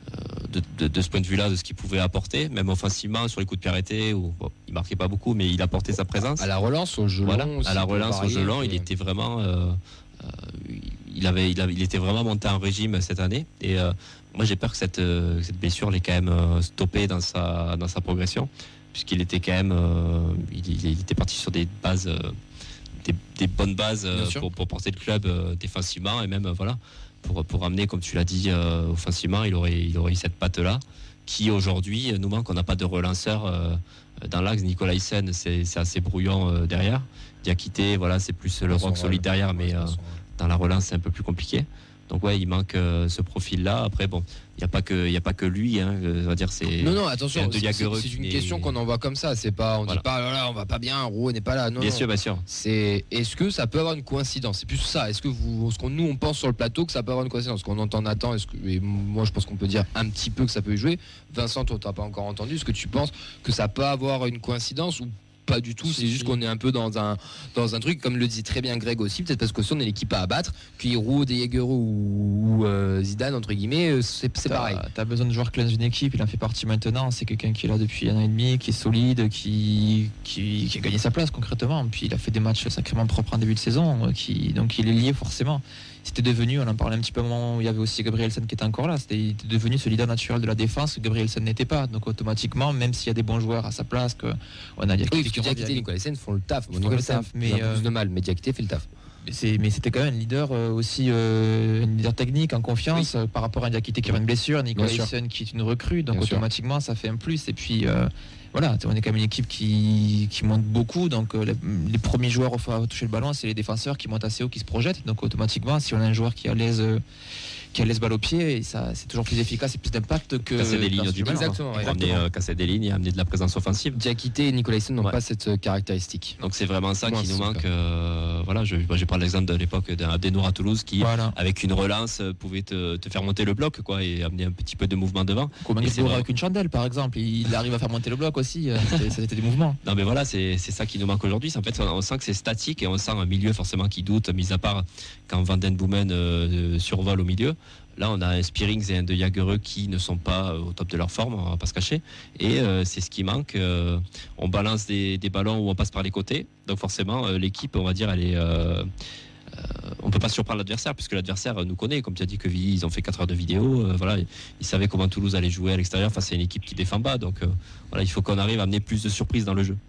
B: de, de, de ce point de vue-là, de ce qu'il pouvait apporter, même offensivement sur les coups de pied arrêtés, où bon, il marquait pas beaucoup, mais il apportait sa présence.
A: À la relance, au jeu
B: voilà,
A: long.
B: À la relance, au jeu long, il était vraiment, euh, euh, il avait, il avait, il était vraiment monté en régime cette année. Et euh, moi, j'ai peur que cette, euh, cette blessure l'ait quand même euh, stoppé dans sa, dans sa progression. Puisqu'il était quand même, euh, il, il était parti sur des bases, euh, des, des bonnes bases euh, pour, pour porter le club euh, défensivement et même euh, voilà pour pour amener, comme tu l'as dit, euh, offensivement, il aurait il aurait eu cette patte là qui aujourd'hui nous manque. On n'a pas de relanceur euh, dans l'axe. Nicolaisen, c'est, c'est assez brouillon euh, derrière. Diakité, voilà, c'est plus le rock solide derrière, mais euh, dans la relance c'est un peu plus compliqué. Donc ouais, il manque euh, ce profil-là. Après, bon, il n'y a pas que, il y a pas que lui. Hein, je veux dire, c'est.
A: Non, non, attention.
B: C'est,
A: c'est, c'est une question qu'on envoie comme ça. C'est pas, on voilà. dit pas, oh là, on va pas bien. Rouault n'est pas là. Non,
B: bien
A: non.
B: sûr, bien sûr.
A: C'est, est-ce que ça peut avoir une coïncidence? C'est plus ça. Est-ce que vous, ce qu'on nous on pense sur le plateau que ça peut avoir une coïncidence? Qu'on entend Nathan. Est-ce que, et moi, je pense qu'on peut dire un petit peu que ça peut y jouer. Vincent, toi, t'as pas encore entendu. Est-ce que tu penses que ça peut avoir une coïncidence ou pas du tout, c'est juste qu'on est un peu dans un, dans un truc, comme le dit très bien Greg aussi, peut-être parce que si on est l'équipe à abattre, qu'il y ait Rouault, Dejaguerre ou, ou euh, Zidane, entre guillemets, c'est, c'est
C: t'as,
A: pareil.
C: T'as besoin de joueurs clés dans une équipe, il en fait partie maintenant, c'est quelqu'un qui est là depuis un an et demi, qui est solide, qui, qui, qui a gagné sa place concrètement, puis il a fait des matchs sacrément propres en début de saison, qui, donc il est lié forcément. C'était devenu, on en parlait un petit peu au moment où il y avait aussi Gabrielsen qui était encore là, c'était il était devenu ce leader naturel de la défense que Gabrielsen n'était pas. Donc automatiquement, même s'il y a des bons joueurs à sa place, que on a Diakité,
A: oui, qui Diakité et Nicolaisen font le taf.
C: Bon, le taf, mais
A: euh, plus de mal, mais Diakité fait le taf.
C: C'est, mais c'était quand même un leader euh, aussi, euh, un leader technique en confiance oui. euh, par rapport à Diakité qui avait une blessure, Nicolaisen qui est une recrue, donc bien automatiquement sûr. Ça fait un plus. Et puis euh, voilà, on est quand même une équipe qui, qui monte beaucoup, donc euh, les, les premiers joueurs à toucher le ballon, c'est les défenseurs qui montent assez haut, qui se projettent. Donc automatiquement, si on a un joueur qui a l'aise, euh, qui a l'aise balle au pied, et ça, c'est toujours plus efficace et plus d'impact que
B: casser des lignes du ballon.
A: Exactement.
B: Pour amener, euh, casser des lignes et amener de la présence offensive.
A: Diakité et Nicolaisen n'ont
B: ouais.
A: pas cette euh, caractéristique.
B: Donc c'est vraiment ça
A: Moi,
B: qui nous manque. Euh, voilà, je, moi, je prends l'exemple de l'époque d'Abdenour à Toulouse qui, voilà. avec une relance, pouvait te, te faire monter le bloc, quoi, et amener un petit peu de mouvement devant.
C: Comme un avec une chandelle, par exemple, il arrive à faire monter le bloc aussi. C'était, c'était des mouvements.
B: Non, mais voilà, c'est, c'est ça qui nous manque aujourd'hui. En fait, on, on sent que c'est statique et on sent un milieu forcément qui doute, mis à part quand Van Den Boomen euh, survole au milieu. Là, on a un Spearings et un Dejaguerre qui ne sont pas au top de leur forme, on va pas se cacher. Et euh, c'est ce qui manque. Euh, on balance des, des ballons où on passe par les côtés. Donc forcément, euh, l'équipe, on va dire, elle est... Euh, euh, on peut pas surprendre l'adversaire puisque l'adversaire nous connaît. Comme tu as dit, que ils ont fait quatre heures de vidéo. Euh, voilà, ils savaient comment Toulouse allait jouer à l'extérieur face à une équipe qui défend bas. Donc euh, voilà, il faut qu'on arrive à amener plus de surprises dans le jeu.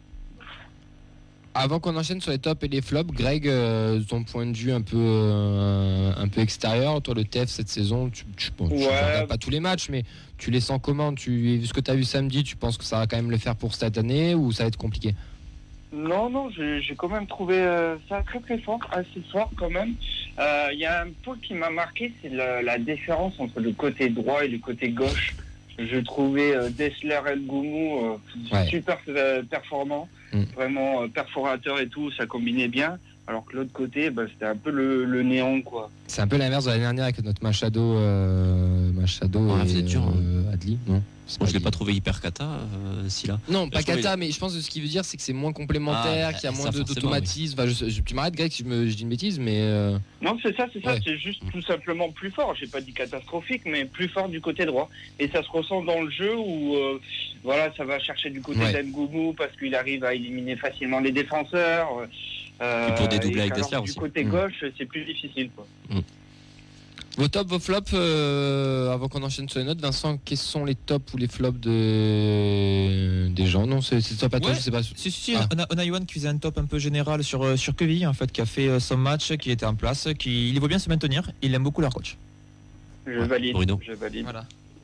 A: Avant qu'on enchaîne sur les tops et les flops, Greg, euh, ton point de vue un peu, euh, un peu extérieur, toi le T F cette saison, tu ne bon,
D: ouais. regardes
A: pas tous les matchs, mais tu les sens comment? Tu, vu ce que tu as vu samedi, tu penses que ça va quand même le faire pour cette année ou ça va être compliqué?
D: Non, non, j'ai, j'ai quand même trouvé euh, ça très très fort, assez fort quand même. Il euh, y a un point qui m'a marqué, c'est la, la différence entre le côté droit et le côté gauche. Je trouvais euh, Dessler El Goumou euh, ouais. super euh, performant, mm. vraiment euh, perforateur et tout, ça combinait bien. alors que l'autre côté, bah, c'était un peu le, le néant, quoi.
A: C'est un peu l'inverse de l'année dernière avec notre Machado, euh, Machado
B: Ouais,
A: et
B: c'est dur, hein.
A: euh, Adli, non
B: Moi, je l'ai pas trouvé hyper cata, euh, Silla.
A: Non, pas
B: Je trouvais-
A: Kata, mais je pense que ce qu'il veut dire, c'est que c'est moins complémentaire,
B: Ah,
A: qu'il y a
B: ça,
A: moins de-
B: forcément,
A: d'automatisme. Enfin, je- je- tu m'arrêtes, Greg, si je, me, je dis une bêtise, mais. euh,
D: Non, c'est ça, c'est ça,
A: Ouais.
D: c'est juste tout simplement plus fort. J'ai pas dit catastrophique, mais plus fort du côté droit. Et ça se ressent dans le jeu où, euh, voilà, ça va chercher du côté
A: Ouais.
D: d'Ngoumou parce qu'il arrive à éliminer facilement les défenseurs. Euh,
B: Et pour dédoubler avec
D: alors,
B: Dessler
D: du
B: aussi.
D: côté
A: Mm.
D: gauche, c'est plus difficile, quoi.
A: Vos tops, vos flops, euh, avant qu'on enchaîne sur les notes, Vincent, quels sont les tops ou les flops de... des gens? Non, c'est c'est top à toi,
C: Ouais.
A: je sais pas.
C: Si, si, si,
A: Ah.
C: on, a, on a Yohan qui faisait un top un peu général sur, euh, sur Quevilly, en fait, qui a fait euh, son match, qui était en place, qui il veut bien se maintenir, il aime beaucoup leur coach.
D: Je
B: Ouais,
D: valide.
B: Bruno.
D: Je valide.
C: Voilà.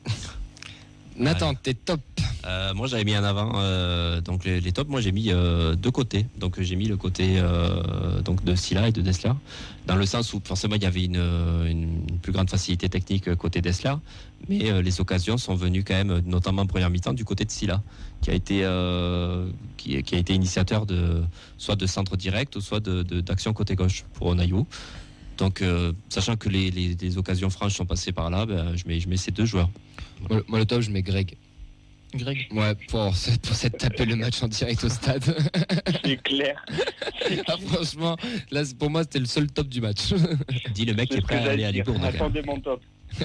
A: Nathan,
B: Ouais.
A: t'es top.
B: Euh, moi, j'avais mis en avant euh, donc les, les tops. Moi, j'ai mis euh, deux côtés. Donc, j'ai mis le côté euh, donc de Silla et de Dessler, dans le sens où forcément il y avait une, une, une plus grande facilité technique côté Dessler, mais euh, les occasions sont venues quand même, notamment en première mi-temps, du côté de Silla, qui a été euh, qui, qui a été initiateur de soit de centre direct ou soit de, de- d'action côté gauche pour Onayou. Donc, euh, sachant que les, les, les occasions franches sont passées par là, ben, je mets je mets ces deux joueurs.
A: Moi, le- moi, le top, je mets Greg.
C: Greg.
A: Ouais, pour, pour s'être tapé le match en direct au stade.
D: C'est clair.
A: Ah, franchement, là, c'est- pour moi, c'était le seul top du match.
B: Dit le mec qui
D: C'est
B: est
D: ce que
B: prêt à aller
D: j'allais
B: à
D: dire.
B: Libourne. quand même.
D: Attendez mon top.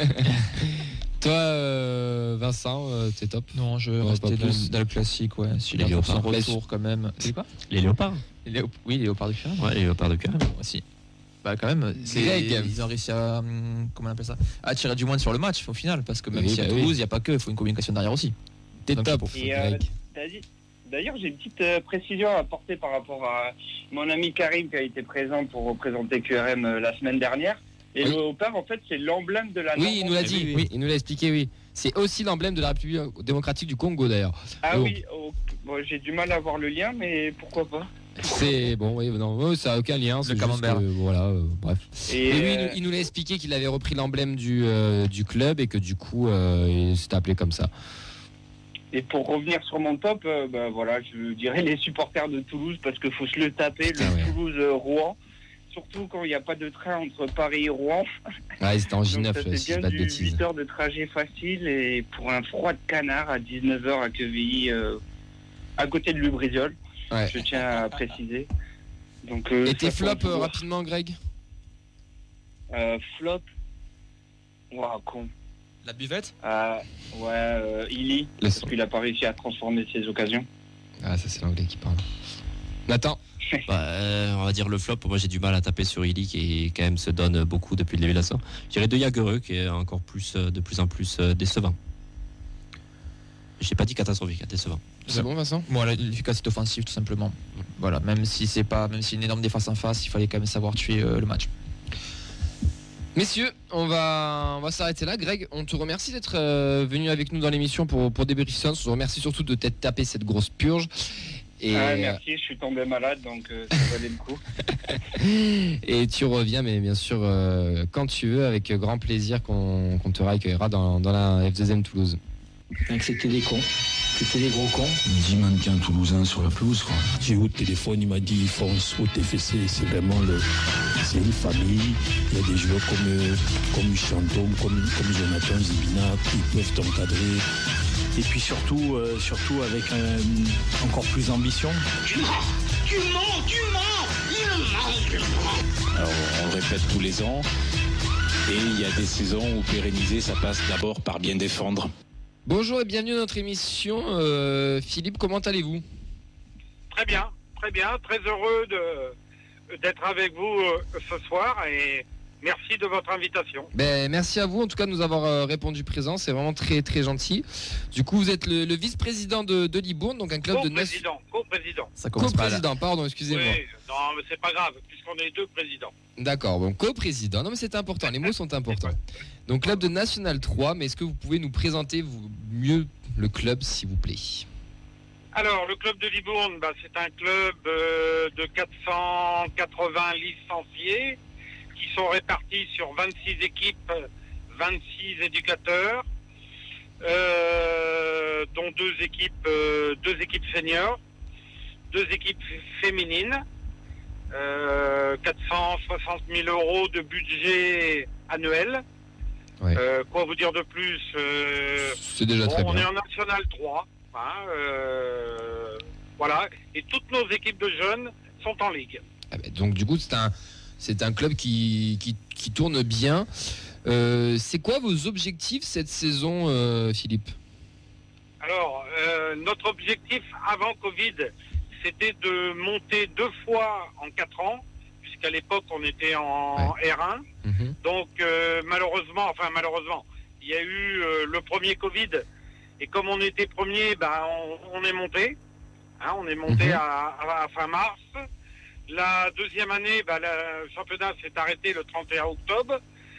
A: Toi, euh, Vincent, euh, t'es top.
C: Non, je
A: Ouais,
C: restais
A: pas
C: dans,
A: plus.
C: dans le classique, ouais. S'il
B: Les
C: a fait son
B: léopards.
C: retour quand même. C'est quoi
B: Les léopards.
C: les léop- Oui, les léopards du Cœur.
B: Ouais, les léopards de cœur.
C: Aussi. Bah quand même, c'est,
A: Greg.
C: ils ont réussi à, hum, comment on appelle ça, à tirer du moins sur le match au final, parce que même
A: Oui,
C: si à
A: bah
C: Toulouse, il
A: oui.
C: n'y a pas que, il faut une communication derrière aussi.
A: T'es
C: Donc,
A: top,
D: Et, euh,
A: Greg.
D: T'as dit- D'ailleurs, j'ai une petite euh, précision à apporter par rapport à mon ami Karim qui a été présent pour représenter Q R M euh, la semaine dernière. Et
A: Oui.
D: le léopard, en fait, c'est l'emblème de la
A: Oui, il nous l'a
D: Normandie.
A: dit, oui, il nous l'a expliqué, oui. C'est aussi l'emblème de la République démocratique du Congo, d'ailleurs.
D: Ah
A: Oh.
D: oui, oh, bon, j'ai du mal à voir le lien, mais pourquoi pas.
A: C'est bon, oui, non, ouais, ça n'a aucun lien. C'est juste
C: camembert.
A: que, voilà, euh, bref.
D: Et,
A: Et lui, il
D: euh,
A: nous- il nous l'a expliqué qu'il avait repris l'emblème du, euh, du club et que du coup, euh, il s'était appelé comme ça.
D: et pour revenir sur mon top, euh, bah, voilà, je dirais les supporters de Toulouse parce qu'il faut se le taper,
A: Putain,
D: le
A: ouais.
D: Toulouse-Rouen. Surtout quand il n'y a pas de train entre Paris et Rouen.
A: Ouais, c'était en J
D: Donc
A: neuf,
D: ça
A: si
D: fait
A: je dis
D: bien
A: pas de
D: du
A: bêtises.
D: huit heures de trajet facile et pour un froid de canard à dix-neuf heures à Quevilly, euh, à côté de Lubrizol,
A: Ouais.
D: je tiens à préciser. Donc, euh,
A: Et tes
D: ça
A: flops
D: compte
A: euh,
D: toujours.
A: rapidement, Greg?
D: Euh, Flop. Waouh, con.
C: La buvette
D: Euh, ouais, euh, Illy,
A: Le
D: parce
A: son.
D: qu'il n'a pas réussi à transformer ses occasions.
A: Ah, ça, c'est l'anglais qui parle. Nathan?
B: Bah, euh, on va dire le flop. Moi, j'ai du mal à taper sur Illy qui quand même se donne beaucoup depuis le début de la saison. Je dirais de Jagereux qui est encore plus, euh, de plus en plus euh, décevant. J'ai pas dit catastrophique, hein, décevant.
A: C'est bon, Vincent?
C: Bon, la- l'efficacité offensive, tout simplement. Voilà, même si c'est pas, même si une énorme défense en face, il fallait quand même savoir tuer euh, le match.
A: Messieurs, on va, on va s'arrêter là. Greg, on te remercie d'être euh, venu avec nous dans l'émission pour, pour débriefer ça. On te remercie surtout de t'être tapé cette grosse purge. Et,
D: Ah, merci, je suis tombé malade, donc euh, ça valait le coup.
A: et tu reviens, mais bien sûr, euh, quand tu veux, avec grand plaisir qu'on qu'on te réaccueillera dans, dans la F deux M Toulouse.
F: C'était des cons. C'était des gros cons.
H: dix mannequins toulousains sur la pelouse, quoi.
I: J'ai eu au téléphone, il m'a dit fonce au T F C, c'est vraiment le, c'est une famille. Il y a des joueurs comme, euh, comme Chantôme, comme, comme Jonathan Zibina qui peuvent t'encadrer.
H: Et puis surtout, euh, surtout avec un- encore plus d'ambition.
G: Tu mens Tu mens Tu mens Il ment, il ment.
I: Alors on le répète tous les ans. Et il y a des saisons où pérenniser, ça passe d'abord par bien défendre.
A: Bonjour et bienvenue dans notre émission. Euh, Philippe, comment allez-vous?
J: Très bien, très bien, très heureux de, d'être avec vous euh, ce soir et merci de votre invitation.
A: Ben, merci à vous en tout cas de nous avoir euh, répondu présent, c'est vraiment très très gentil. Du coup, vous êtes le, le vice-président de, de Libourne, donc un club de neuf...
J: Co-président, co-président.
C: Ça commence pas là.
A: Co-président, pardon, excusez-moi.
J: Oui, non, mais c'est pas grave, puisqu'on est deux présidents.
A: D'accord, bon, co-président. Non mais c'est important, les mots sont importants. Donc club de National trois, mais est-ce que vous pouvez nous présenter vous, mieux le club s'il vous plaît?
J: Alors, le club de Libourne, bah, c'est un club euh, de quatre cent quatre-vingts licenciés qui sont répartis sur vingt-six équipes, vingt-six éducateurs, euh, dont deux équipes, euh, deux équipes seniors, deux équipes féminines. euh, quatre cent soixante mille euros de budget annuel.
A: Ouais.
J: Euh, quoi vous dire de plus euh,
A: C'est déjà
J: bon,
A: très
J: on
A: bien.
J: est en National trois. Hein, euh, voilà. Et toutes nos équipes de jeunes sont en Ligue.
A: Ah bah, donc du coup, c'est un, c'est un club qui, qui, qui tourne bien. Euh, c'est quoi vos objectifs cette saison, euh, Philippe ?
J: Alors, euh, notre objectif avant Covid, c'était de monter deux fois en quatre ans, puisqu'à l'époque, on était en
A: Ouais.
J: R un.
A: Mhm.
J: Donc, euh, malheureusement, enfin, malheureusement, il y a eu euh, le premier Covid. Et comme on était premier, ben, on, on est monté. Hein, on est monté
A: Mhm.
J: à, à- à fin mars. La deuxième année, ben, le championnat s'est arrêté le trente et un octobre.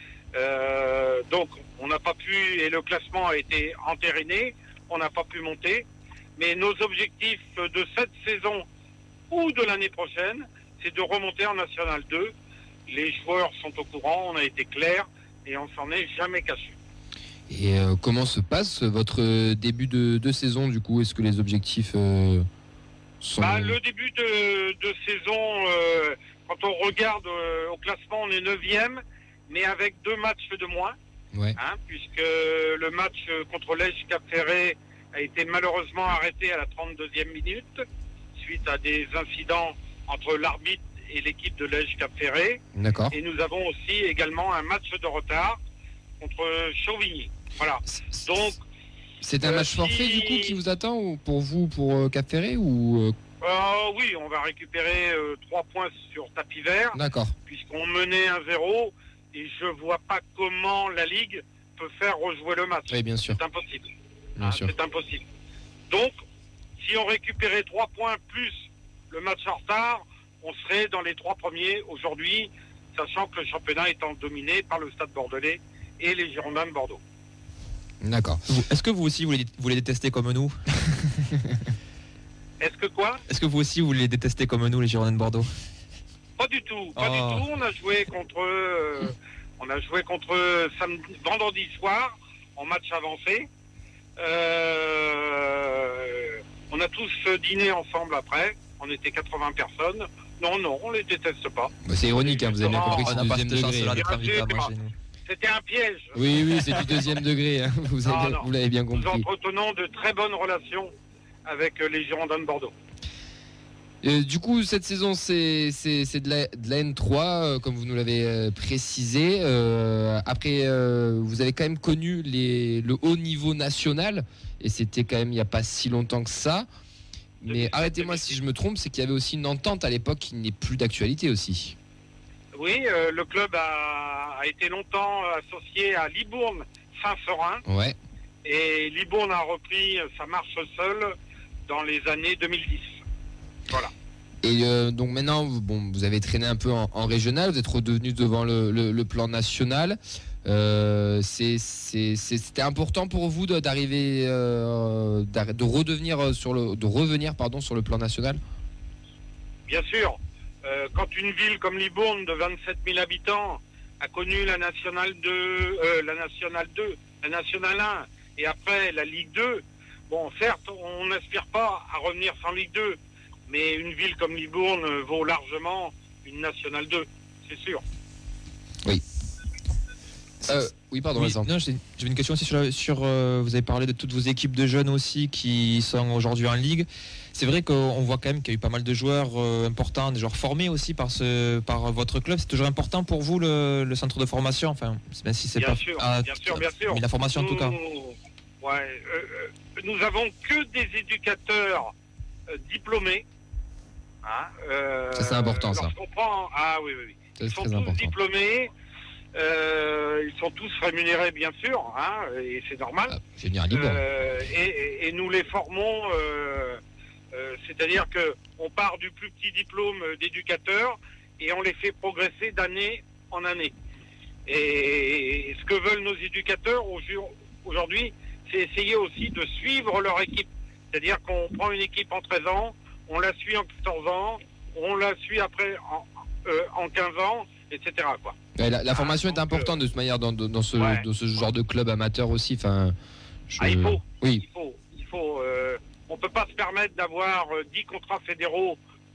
J: Euh, donc, on n'a pas pu, et le classement a été entériné. On n'a pas pu monter. Mais nos objectifs de cette saison ou de l'année prochaine, c'est de remonter en National deux. Les joueurs sont au courant, on a été clair et on s'en est jamais caché.
A: Et euh, comment se passe votre début de, de saison du coup ? Est-ce que les objectifs euh, sont...
J: Bah, le début de, de saison, euh, quand on regarde euh, au classement, on est neuvième, mais avec deux matchs de moins.
A: Ouais.
J: Hein, puisque le match contre l'Èche Cap-Ferré a été malheureusement arrêté à la trente-deuxième minute suite à des incidents entre l'arbitre et l'équipe de l'Èche Cap-Ferré.
A: D'accord.
J: Et nous avons aussi également un match de retard contre Chauvigny. Voilà. Donc,
A: C'est un
J: euh,
A: match forfait
J: si-
A: du coup qui vous attend ou pour vous pour euh, Cap Ferré ou euh,
J: euh, oui, on va récupérer euh, trois points sur tapis vert,
A: D'accord.
J: puisqu'on menait un zéro, et je vois pas comment la Ligue peut faire rejouer le match.
A: Oui, bien sûr.
J: C'est impossible.
A: Bien
J: Ah,
A: sûr.
J: c'est impossible. Donc, si on récupérait trois points plus le match en retard, on serait dans les trois premiers aujourd'hui, sachant que le championnat étant dominé par le Stade Bordelais et les Girondins de Bordeaux.
A: D'accord.
C: Vous- Est-ce que vous aussi vous les, vous les détestez comme nous ?
J: Est-ce que quoi?
C: Est-ce que vous aussi vous les détestez comme nous, les Girondins de Bordeaux ?
J: Pas du tout, pas
C: Oh.
J: du tout. On a joué contre eux, euh, on a joué contre eux samedi, vendredi soir en match avancé. Euh, on a tous dîné ensemble après. On était quatre-vingts personnes. Non, non, on les déteste pas.
A: Bah, c'est ironique, hein, vous avez bien compris que
C: On
A: c'est
C: n'a
A: du
C: pas
A: deuxième
C: cette
A: degré.
C: chance-là
A: hein.
C: d'être
J: Bien
C: invité à
J: sûr.
C: manger, nous.
J: C'était un piège.
A: Oui, oui, c'est du deuxième degré. hein. Vous, avez,
J: Non,
A: bien-
J: non.
A: vous l'avez bien
J: Nous
A: compris.
J: entretenons de très bonnes relations avec euh, les Girondins de Bordeaux.
A: Euh, du coup, cette saison, c'est, c'est, c'est de, la, de la N trois, euh, comme vous nous l'avez euh, précisé. Euh, après, euh, vous avez quand même connu les, le haut niveau national, et c'était quand même il n'y a pas si longtemps que ça. Mais arrêtez-moi si je me trompe, c'est qu'il y avait aussi une entente à l'époque qui n'est plus d'actualité aussi.
J: Oui, euh, le club a, a été longtemps associé à Libourne Saint-Seurin.
A: Ouais.
J: Et Libourne a repris sa marche seule dans les années deux mille dix. Voilà.
A: Et euh, donc maintenant, vous- bon, vous avez traîné un peu en, en régional, vous êtes redevenu devant le, le- le plan national. Euh, c'est, c'est- c'est- c'était important pour vous de- d'arriver, euh, d'arr- de redevenir sur le, de revenir pardon sur le plan national.
J: Bien sûr, euh, quand une ville comme Libourne de vingt-sept mille habitants a connu la nationale deux, euh, la nationale deux, la nationale un et après la Ligue deux, bon, certes, on n'aspire pas à revenir sans Ligue deux, mais une ville comme Libourne vaut largement une nationale deux, c'est sûr.
A: Euh, oui, pardon,
C: Oui,
A: Vincent.
C: non, j'ai- j'avais une question aussi sur, la- sur euh, vous avez parlé de toutes vos équipes de jeunes aussi qui sont aujourd'hui en ligue. C'est vrai qu'on voit quand même qu'il y a eu pas mal de joueurs euh, importants, des joueurs formés aussi par ce par votre club. C'est toujours important pour vous le, le centre de formation, enfin même si c'est
J: Bien
C: pas
J: sûr,
C: ah,
J: bien sûr, bien sûr.
C: mais la formation en tout cas.
J: Nous- Ouais, euh, euh, nous avons que des éducateurs euh, diplômés. Hein, euh,
A: Ça, c'est important, ça.
J: lorsqu'on prend- Ah oui, oui, oui.
A: Ça,
J: Ils
A: c'est
J: sont
A: très
J: tous
A: important.
J: diplômés. euh, ils sont tous rémunérés, bien sûr, hein, et c'est normal.
A: Ah, je vais venir à Libourne.
J: Euh, et, et- et nous les formons, euh, euh, c'est-à-dire que on part du plus petit diplôme d'éducateur et on les fait progresser d'année en année. Et ce que veulent nos éducateurs au jour- aujourd'hui, c'est essayer aussi de suivre leur équipe. C'est-à-dire qu'on prend une équipe en treize ans, on la suit en quatorze ans, on la suit après en, euh, en quinze ans, et cetera quoi.
A: Ouais, la, la formation
J: donc,
A: est importante de toute manière dans, dans, dans ce,
J: ouais.
A: dans ce genre de club amateur aussi. Enfin, je-
J: Ah, il faut.
A: Oui,
J: Il faut, il faut. Euh, on peut pas se permettre d'avoir euh, dix contrats fédéraux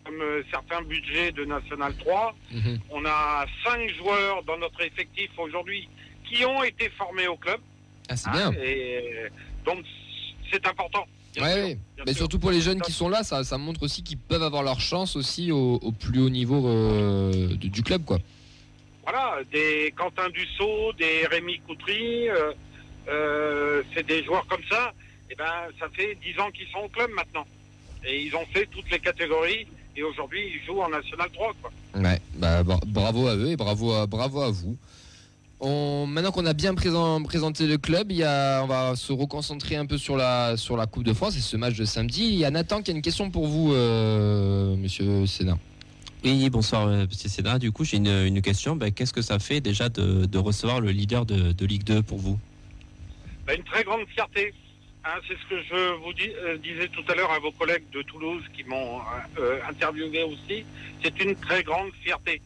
J: comme euh, certains budgets de National trois.
A: Mmh.
J: On a cinq joueurs dans notre effectif aujourd'hui qui ont été formés au club.
A: Ah, c'est
J: Hein,
A: bien.
J: et euh, donc, c'est important. bien
A: Ouais,
J: sûr,
A: ouais.
J: bien
A: Mais
J: sûr.
A: surtout pour les jeunes qui sont là, ça, ça montre aussi qu'ils peuvent avoir leur chance aussi au, au plus haut niveau euh, de- du club, quoi.
J: Voilà, des Quentin Dussault, des Rémi Coutry, euh, euh, c'est des joueurs comme ça. Et ben, ça fait dix ans qu'ils sont au club maintenant. Et ils ont fait toutes les catégories. Et aujourd'hui, ils jouent en National trois, quoi.
A: Ouais, bah, bra- bravo à eux et bravo à, bravo à vous. On, maintenant qu'on a bien présent- présenté le club, il y a, on va se reconcentrer un peu sur la, sur la Coupe de France et ce match de samedi. Il y a Nathan qui a une question pour vous, euh, monsieur Sénat.
B: Oui, bonsoir, euh, monsieur Sénat. Du coup, j'ai une, une question. Ben, qu'est-ce que ça fait déjà de, de recevoir le leader de, de Ligue deux pour vous?
J: Ben, une très grande fierté. Hein, c'est ce que je vous dis, euh, disais tout à l'heure à vos collègues de Toulouse qui m'ont euh, interviewé aussi. C'est une très grande fierté.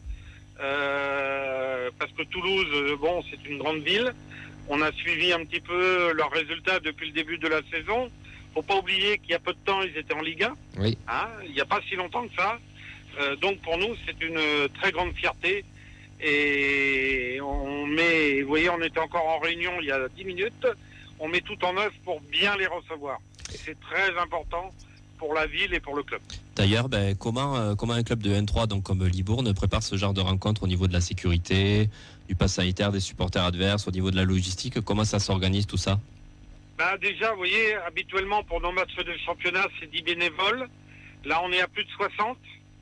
J: Euh, parce que Toulouse, euh, bon, c'est une grande ville. On a suivi un petit peu leurs résultats depuis le début de la saison. Faut pas oublier qu'il y a peu de temps, ils étaient en Ligue un.
A: Oui.
J: Hein, il n'y a pas si longtemps que ça. Euh, donc pour nous, c'est une très grande fierté. Et on met, vous voyez, on était encore en réunion il y a dix minutes. On met tout en œuvre pour bien les recevoir. Et c'est très important pour la ville et pour le club.
B: D'ailleurs, ben, comment, euh, comment un club de N trois, donc comme Libourne, prépare ce genre de rencontre au niveau de la sécurité, du pass sanitaire, des supporters adverses, au niveau de la logistique? Comment ça s'organise tout ça?
J: Bah déjà, vous voyez, habituellement pour nos matchs de championnat, c'est dix bénévoles. Là, on est à plus de soixante.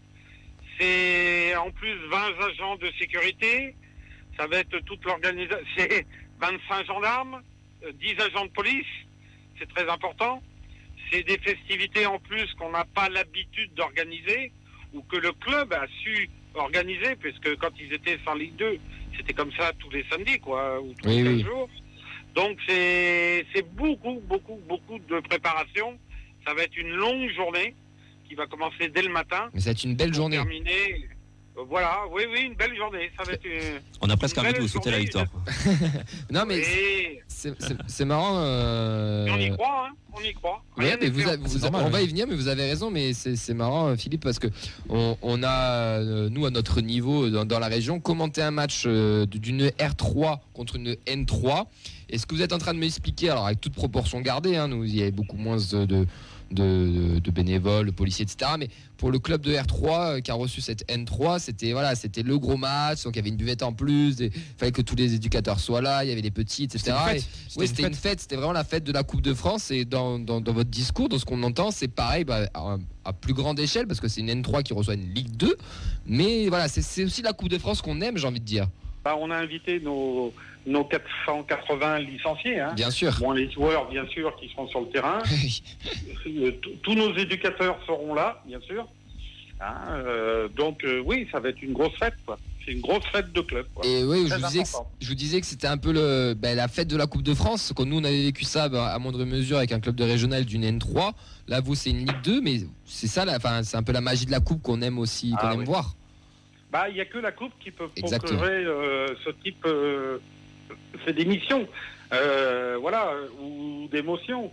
J: C'est en plus vingt agents de sécurité. Ça va être toute l'organisation. C'est vingt-cinq gendarmes, euh, dix agents de police. C'est très important. C'est des festivités en plus qu'on n'a pas l'habitude d'organiser ou que le club a su organiser, puisque quand ils étaient sans Ligue deux, c'était comme ça tous les samedis, quoi, ou tous
A: Oui,
J: les quinze
A: oui.
J: jours. Donc c'est c'est beaucoup, beaucoup, beaucoup de préparation. Ça va être une longue journée qui va commencer dès le matin.
A: Mais ça va être une belle
J: pour
A: journée.
J: terminer. Euh, Voilà, oui, oui, une belle journée. Ça va être une...
B: On a presque
J: une
B: envie de
J: belle
B: vous souhaiter la
J: journée.
B: victoire.
A: Non, mais
J: Et...
A: c'est c'est- c'est marrant. euh,
J: et on y croit, hein, on y croit.
A: Ouais,
J: Rien
A: mais
J: n'est
A: vous,
J: fait
A: a-
J: en-
A: vous a-
C: normal,
A: on va
C: ouais.
A: y venir, mais vous avez raison. Mais c'est c'est marrant, euh, Philippe, parce que on, on a, euh, nous, à notre niveau, dans, dans la région, commenté un match euh, d'une R trois contre une N trois. Et ce que vous êtes en train de m'expliquer, alors avec toute proportion gardée, hein, nous, il y avait beaucoup moins de, de, de, de bénévoles, de policiers, et cetera. Mais pour le club de R trois euh, qui a reçu cette N trois, c'était voilà, c'était le gros match. Donc il y avait une buvette en plus. Il fallait que tous les éducateurs soient là. Il y avait les petits, et cetera. Et- oui, c'était une fête, c'était vraiment la fête de la Coupe de France. Et dans, dans, dans votre discours, dans ce qu'on entend, c'est pareil, bah, à, à plus grande échelle, parce que c'est une N trois qui reçoit une Ligue deux. Mais voilà, c'est c'est aussi la Coupe de France qu'on aime, j'ai envie de dire.
J: Bah, on a invité nos, nos quatre cent quatre-vingts licenciés. Hein.
A: Bien sûr.
J: Bon, les joueurs, bien sûr, qui seront sur le terrain. Euh, t- Tous nos éducateurs seront là, bien sûr. Hein, euh, donc, euh, oui, ça va être une grosse fête, quoi. C'est une grosse fête de club, quoi.
A: Et oui, je
J: Très
A: vous, disais que,
J: important.
A: je vous disais que c'était un peu le, ben, la fête de la Coupe de France. Quand nous, on avait vécu ça ben, à moindre mesure avec un club de régional d'une N trois. Là, vous, c'est une Ligue deux, mais c'est ça, la- enfin, c'est un peu la magie de la Coupe qu'on aime aussi, qu'on
J: Ah,
A: aime
J: oui.
A: voir.
J: Bah, il n'y a que la Coupe qui peut
A: Exactement.
J: procurer euh, ce type euh, c'est d'émissions, euh, voilà, euh, ou d'émotions.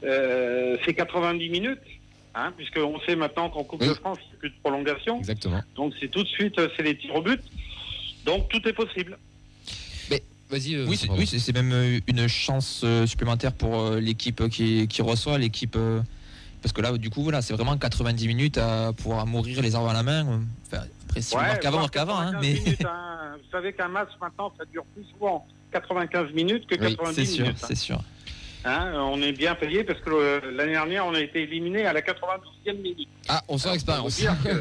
J: Euh, c'est quatre-vingt-dix minutes, hein, puisqu'on sait maintenant qu'en Coupe
A: Oui.
J: de France, il n'y a plus de prolongation.
A: Exactement.
J: Donc c'est tout de suite, euh, c'est les tirs au but. Donc tout est possible.
A: Mais vas-y. euh,
C: Oui, c'est,
A: pardon.
C: oui, c'est, c'est même euh, une chance euh, supplémentaire pour euh, l'équipe qui, qui reçoit, l'équipe. euh, parce que là, du coup, voilà, c'est vraiment quatre-vingt-dix minutes à pouvoir mourir les armes à la main. euh, Enfin, après, si on marque avant, on
J: voire
C: marque avant. Hein,
J: quatre-vingt-quinze
C: mais
J: minutes, hein. Vous savez qu'un match maintenant, ça dure plus souvent quatre-vingt-quinze minutes que
A: Oui,
J: quatre-vingt-dix
C: c'est sûr,
J: minutes. hein.
C: c'est sûr.
J: Hein, on est bien payé parce que euh, l'année dernière, on a été éliminé à la quatre-vingt-douzième minute.
A: Ah, on sent
J: Alors,
A: l'expérience.
J: faut vous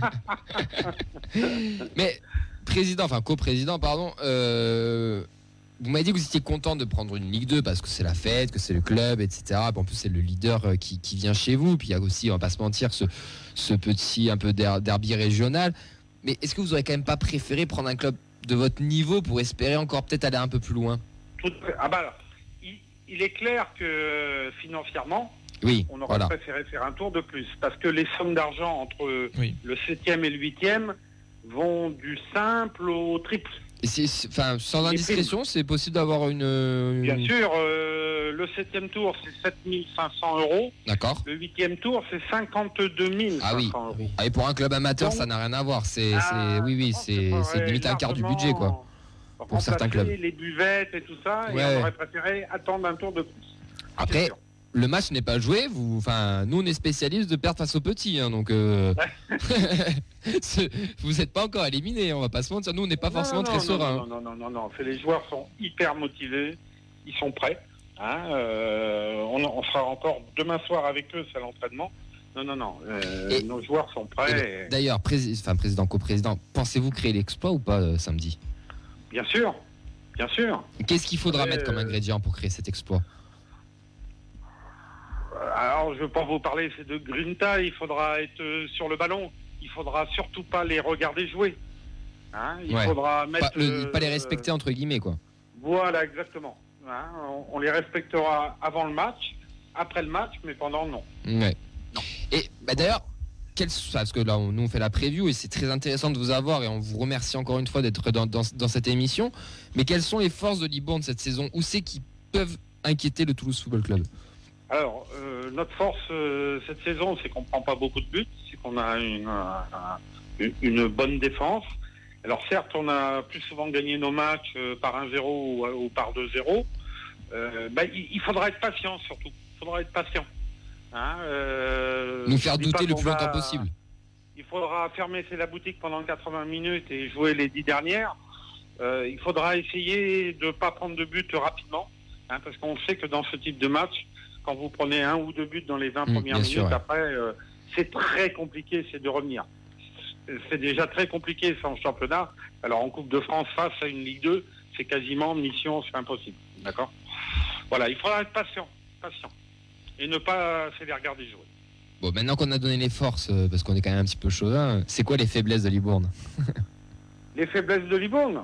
J: dire que-
A: Mais président, enfin coprésident, pardon. euh, vous m'avez dit que vous étiez content de prendre une Ligue deux parce que c'est la fête, que c'est le club, et cetera. Puis en plus, c'est le leader euh, qui, qui vient chez vous. Puis il y a aussi, on va pas se mentir, ce, ce petit un peu der- derby régional. Mais est-ce que vous aurez quand même pas préféré prendre un club de votre niveau pour espérer encore peut-être aller un peu plus loin?
J: Tout- Ah bah, alors, il, il est clair que euh, financièrement,
A: Oui,
J: on aurait
A: voilà.
J: préféré faire un tour de plus. Parce que les sommes d'argent entre
C: Oui.
J: le septième et le huitième vont du simple au triple.
A: Et c'est- c'est- enfin, sans
J: Les
A: indiscrétion, c'est possible d'avoir une, une-
J: Bien sûr, euh, le septième tour, c'est sept mille cinq cents euros.
A: D'accord.
J: Le huitième tour, c'est cinquante-deux mille
A: Ah oui.
J: euros.
A: Ah, et pour un club amateur,
J: Donc,
A: ça n'a rien à voir. C'est,
J: ah,
A: c'est, oui, oui, c'est, c'est limite un quart du budget, quoi. Pour certains clubs.
J: Les buvettes et tout ça,
A: Ouais.
J: et on aurait préféré attendre un tour de plus.
A: Après, le match n'est pas joué. Vous, enfin, nous, on est spécialistes de perdre face aux petits, hein, donc euh... ce- vous n'êtes pas encore éliminés. On va pas se mentir. Nous, on n'est pas
J: Non,
A: forcément
J: non,
A: très
J: non,
A: sereins.
J: Non, non, non, non, non. C'est les joueurs sont hyper motivés, ils sont prêts. Hein, euh, on, on sera encore demain soir avec eux, c'est l'entraînement. Non, non, non. euh,
A: Et-
J: nos joueurs sont prêts. et-
A: D'ailleurs, prési- enfin, président, coprésident, pensez-vous créer l'exploit ou pas euh, samedi?
J: Bien sûr, bien sûr.
A: Qu'est-ce qu'il faudra
J: Ouais,
A: mettre comme
J: euh,
A: ingrédient pour créer cet exploit?
J: Alors, je ne veux pas vous parler, c'est de grinta, il faudra être euh, sur le ballon. Il faudra surtout pas les regarder jouer. Hein, il
A: Ouais.
J: faudra mettre...
A: Pas, le-
J: euh,
A: pas les respecter entre guillemets, quoi.
J: Voilà, exactement. Hein, on, on les respectera avant le match, après le match, mais pendant, non.
A: Ouais. Et bah, d'ailleurs, quel- parce que là, on, nous on fait la preview et c'est très intéressant de vous avoir et on vous remercie encore une fois d'être dans, dans, dans cette émission. Mais quelles sont les forces de Libourne cette saison? Où c'est qui peuvent inquiéter le Toulouse Football Club?
J: Alors, euh, notre force euh, cette saison, c'est qu'on prend pas beaucoup de buts, c'est qu'on a une, euh, une, une bonne défense. Alors certes, on a plus souvent gagné nos matchs euh, par un zéro ou, ou par deux zéro. Euh, bah, il, il faudra être patient surtout. Il faudra être patient. Hein, euh,
A: Nous
J: je
A: faire
J: dis
A: douter
J: pas
A: le
J: qu'on
A: plus
J: va-
A: longtemps possible.
J: Il faudra fermer la boutique pendant quatre-vingts minutes et jouer les dix dernières. Euh, il faudra essayer de ne pas prendre de but rapidement, hein, parce qu'on sait que dans ce type de match, quand vous prenez un ou deux buts dans les vingt
A: Mmh,
J: premières
A: bien
J: minutes,
A: sûr, ouais.
J: après, euh, c'est très compliqué, c'est de revenir. C'est déjà très compliqué sans championnat. Alors en Coupe de France, face à une Ligue deux, c'est quasiment mission, c'est impossible. D'accord ? Voilà, il faudra être patient, patient. Et ne pas se les regarder jouer.
A: Bon, maintenant qu'on a donné les forces, euh, parce qu'on est quand même un petit peu chauvin, c'est quoi les faiblesses de Libourne?
J: Les faiblesses de Libourne,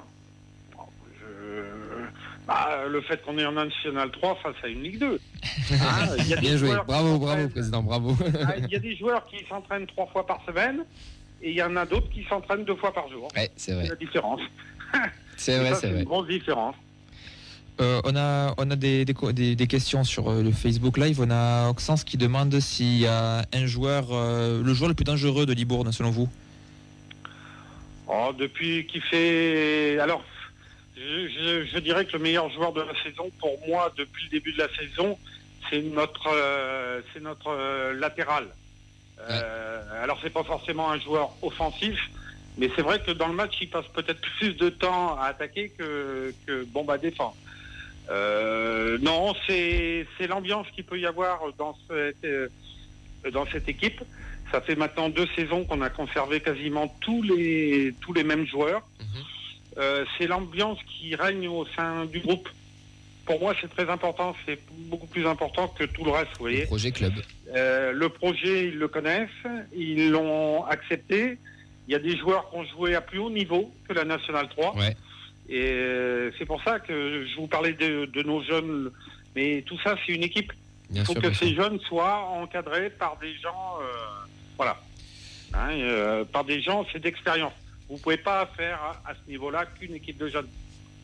J: je- bah, le fait qu'on est en National trois face à une Ligue deux. Ah, il y a des
A: Bien joué,
J: joueurs qui
A: bravo, bravo,
J: s'entraînent-
A: président, bravo.
J: Ah, il y a des joueurs qui s'entraînent trois fois par semaine et il y en a d'autres qui s'entraînent deux fois par jour.
A: Ouais, c'est
J: C'est
A: vrai.
J: la différence.
A: C'est
J: Et
A: vrai,
J: ça,
A: c'est
J: c'est
A: vrai.
J: une grosse différence.
C: Euh, on a, on a des, des, co- des- des questions sur euh, le Facebook Live. On a Oxens qui demande s'il y a un joueur, euh, le joueur le plus dangereux de Libourne, selon vous.
J: Oh, depuis qu'il fait... Alors, je, je- je dirais que le meilleur joueur de la saison, pour moi, depuis le début de la saison, c'est notre, euh, c'est notre euh, latéral. Euh, alors, c'est pas forcément un joueur offensif, mais c'est vrai que dans le match, il passe peut-être plus de temps à attaquer que, que bon, bah, défendre. Euh, non, c'est c'est l'ambiance qu'il peut y avoir dans cette, euh, dans cette équipe. Ça fait maintenant deux saisons qu'on a conservé quasiment tous les, tous les mêmes joueurs. Euh, c'est l'ambiance qui règne au sein du groupe. Pour moi, c'est très important. C'est beaucoup plus important que tout le reste, vous voyez.
A: Projet club.
J: Euh, le projet, ils le connaissent, ils l'ont accepté. Il y a des joueurs qui ont joué à plus haut niveau que la Nationale trois.
A: Ouais.
J: Et euh, c'est pour ça que je vous parlais de, de nos jeunes. Mais tout ça, c'est une équipe.
A: Bien
J: Il faut
A: sûr,
J: que
A: bien
J: ces
A: sûr.
J: jeunes soient encadrés par des gens, euh, voilà, Hein, euh, par des gens, c'est d'expérience. Vous ne pouvez pas faire à, à ce niveau-là qu'une équipe de jeunes.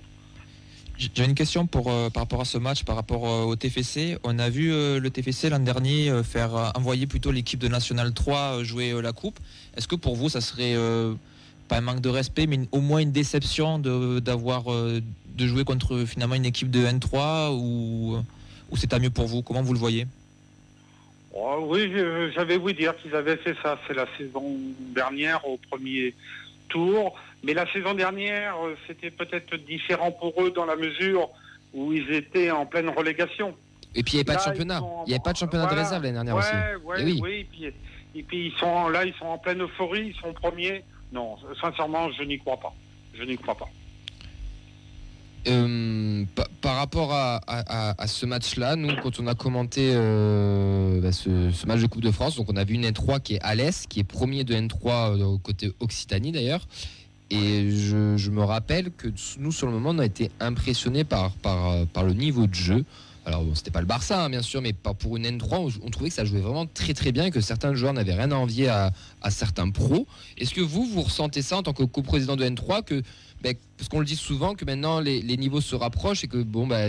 C: J'ai une question pour, euh, par rapport à ce match, par rapport euh, au T F C. On a vu euh, le T F C l'an dernier euh, faire euh, envoyer plutôt l'équipe de National trois euh, jouer euh, la coupe. Est-ce que pour vous, ça serait euh, pas un manque de respect, mais une- au moins une déception de, d'avoir euh, de jouer contre finalement une équipe de N trois ou, ou c'est à mieux pour vous? Comment vous le voyez?
J: Oh, oui, je- j'avais ouï dire qu'ils avaient fait ça. C'est la saison dernière au premier tour. Mais la saison dernière, euh, c'était peut-être différent pour eux dans la mesure où ils étaient en pleine relégation.
A: Et puis il n'y avait pas de
J: Là,
A: championnat.
J: ils sont-
A: Il n'y avait pas de championnat de
J: Voilà.
A: réserve l'année dernière
J: ouais,
A: aussi.
J: Ouais,
A: Et oui.
J: oui. Et puis, et puis ils sont là, ils sont en pleine euphorie, ils sont premiers. Non, sincèrement, je n'y crois pas. Je n'y crois pas.
A: Euh, pa- par rapport à, à- à- à ce match-là, nous, quand on a commenté euh, bah, ce, ce match de Coupe de France, donc on a vu une N trois qui est à l'Est, qui est premier de N trois euh, au côté Occitanie d'ailleurs. Et je, je me rappelle que nous, sur le moment, on a été impressionnés par, par, par le niveau de jeu. Alors, bon, c'était pas le Barça, hein, bien sûr, mais pas pour une N trois, on, on trouvait que ça jouait vraiment très très bien et que certains joueurs n'avaient rien à envier à, à certains pros. Est-ce que vous, vous ressentez ça en tant que coprésident de N trois, que, ben, parce qu'on le dit souvent, que maintenant les, les niveaux se rapprochent et que bon, ben,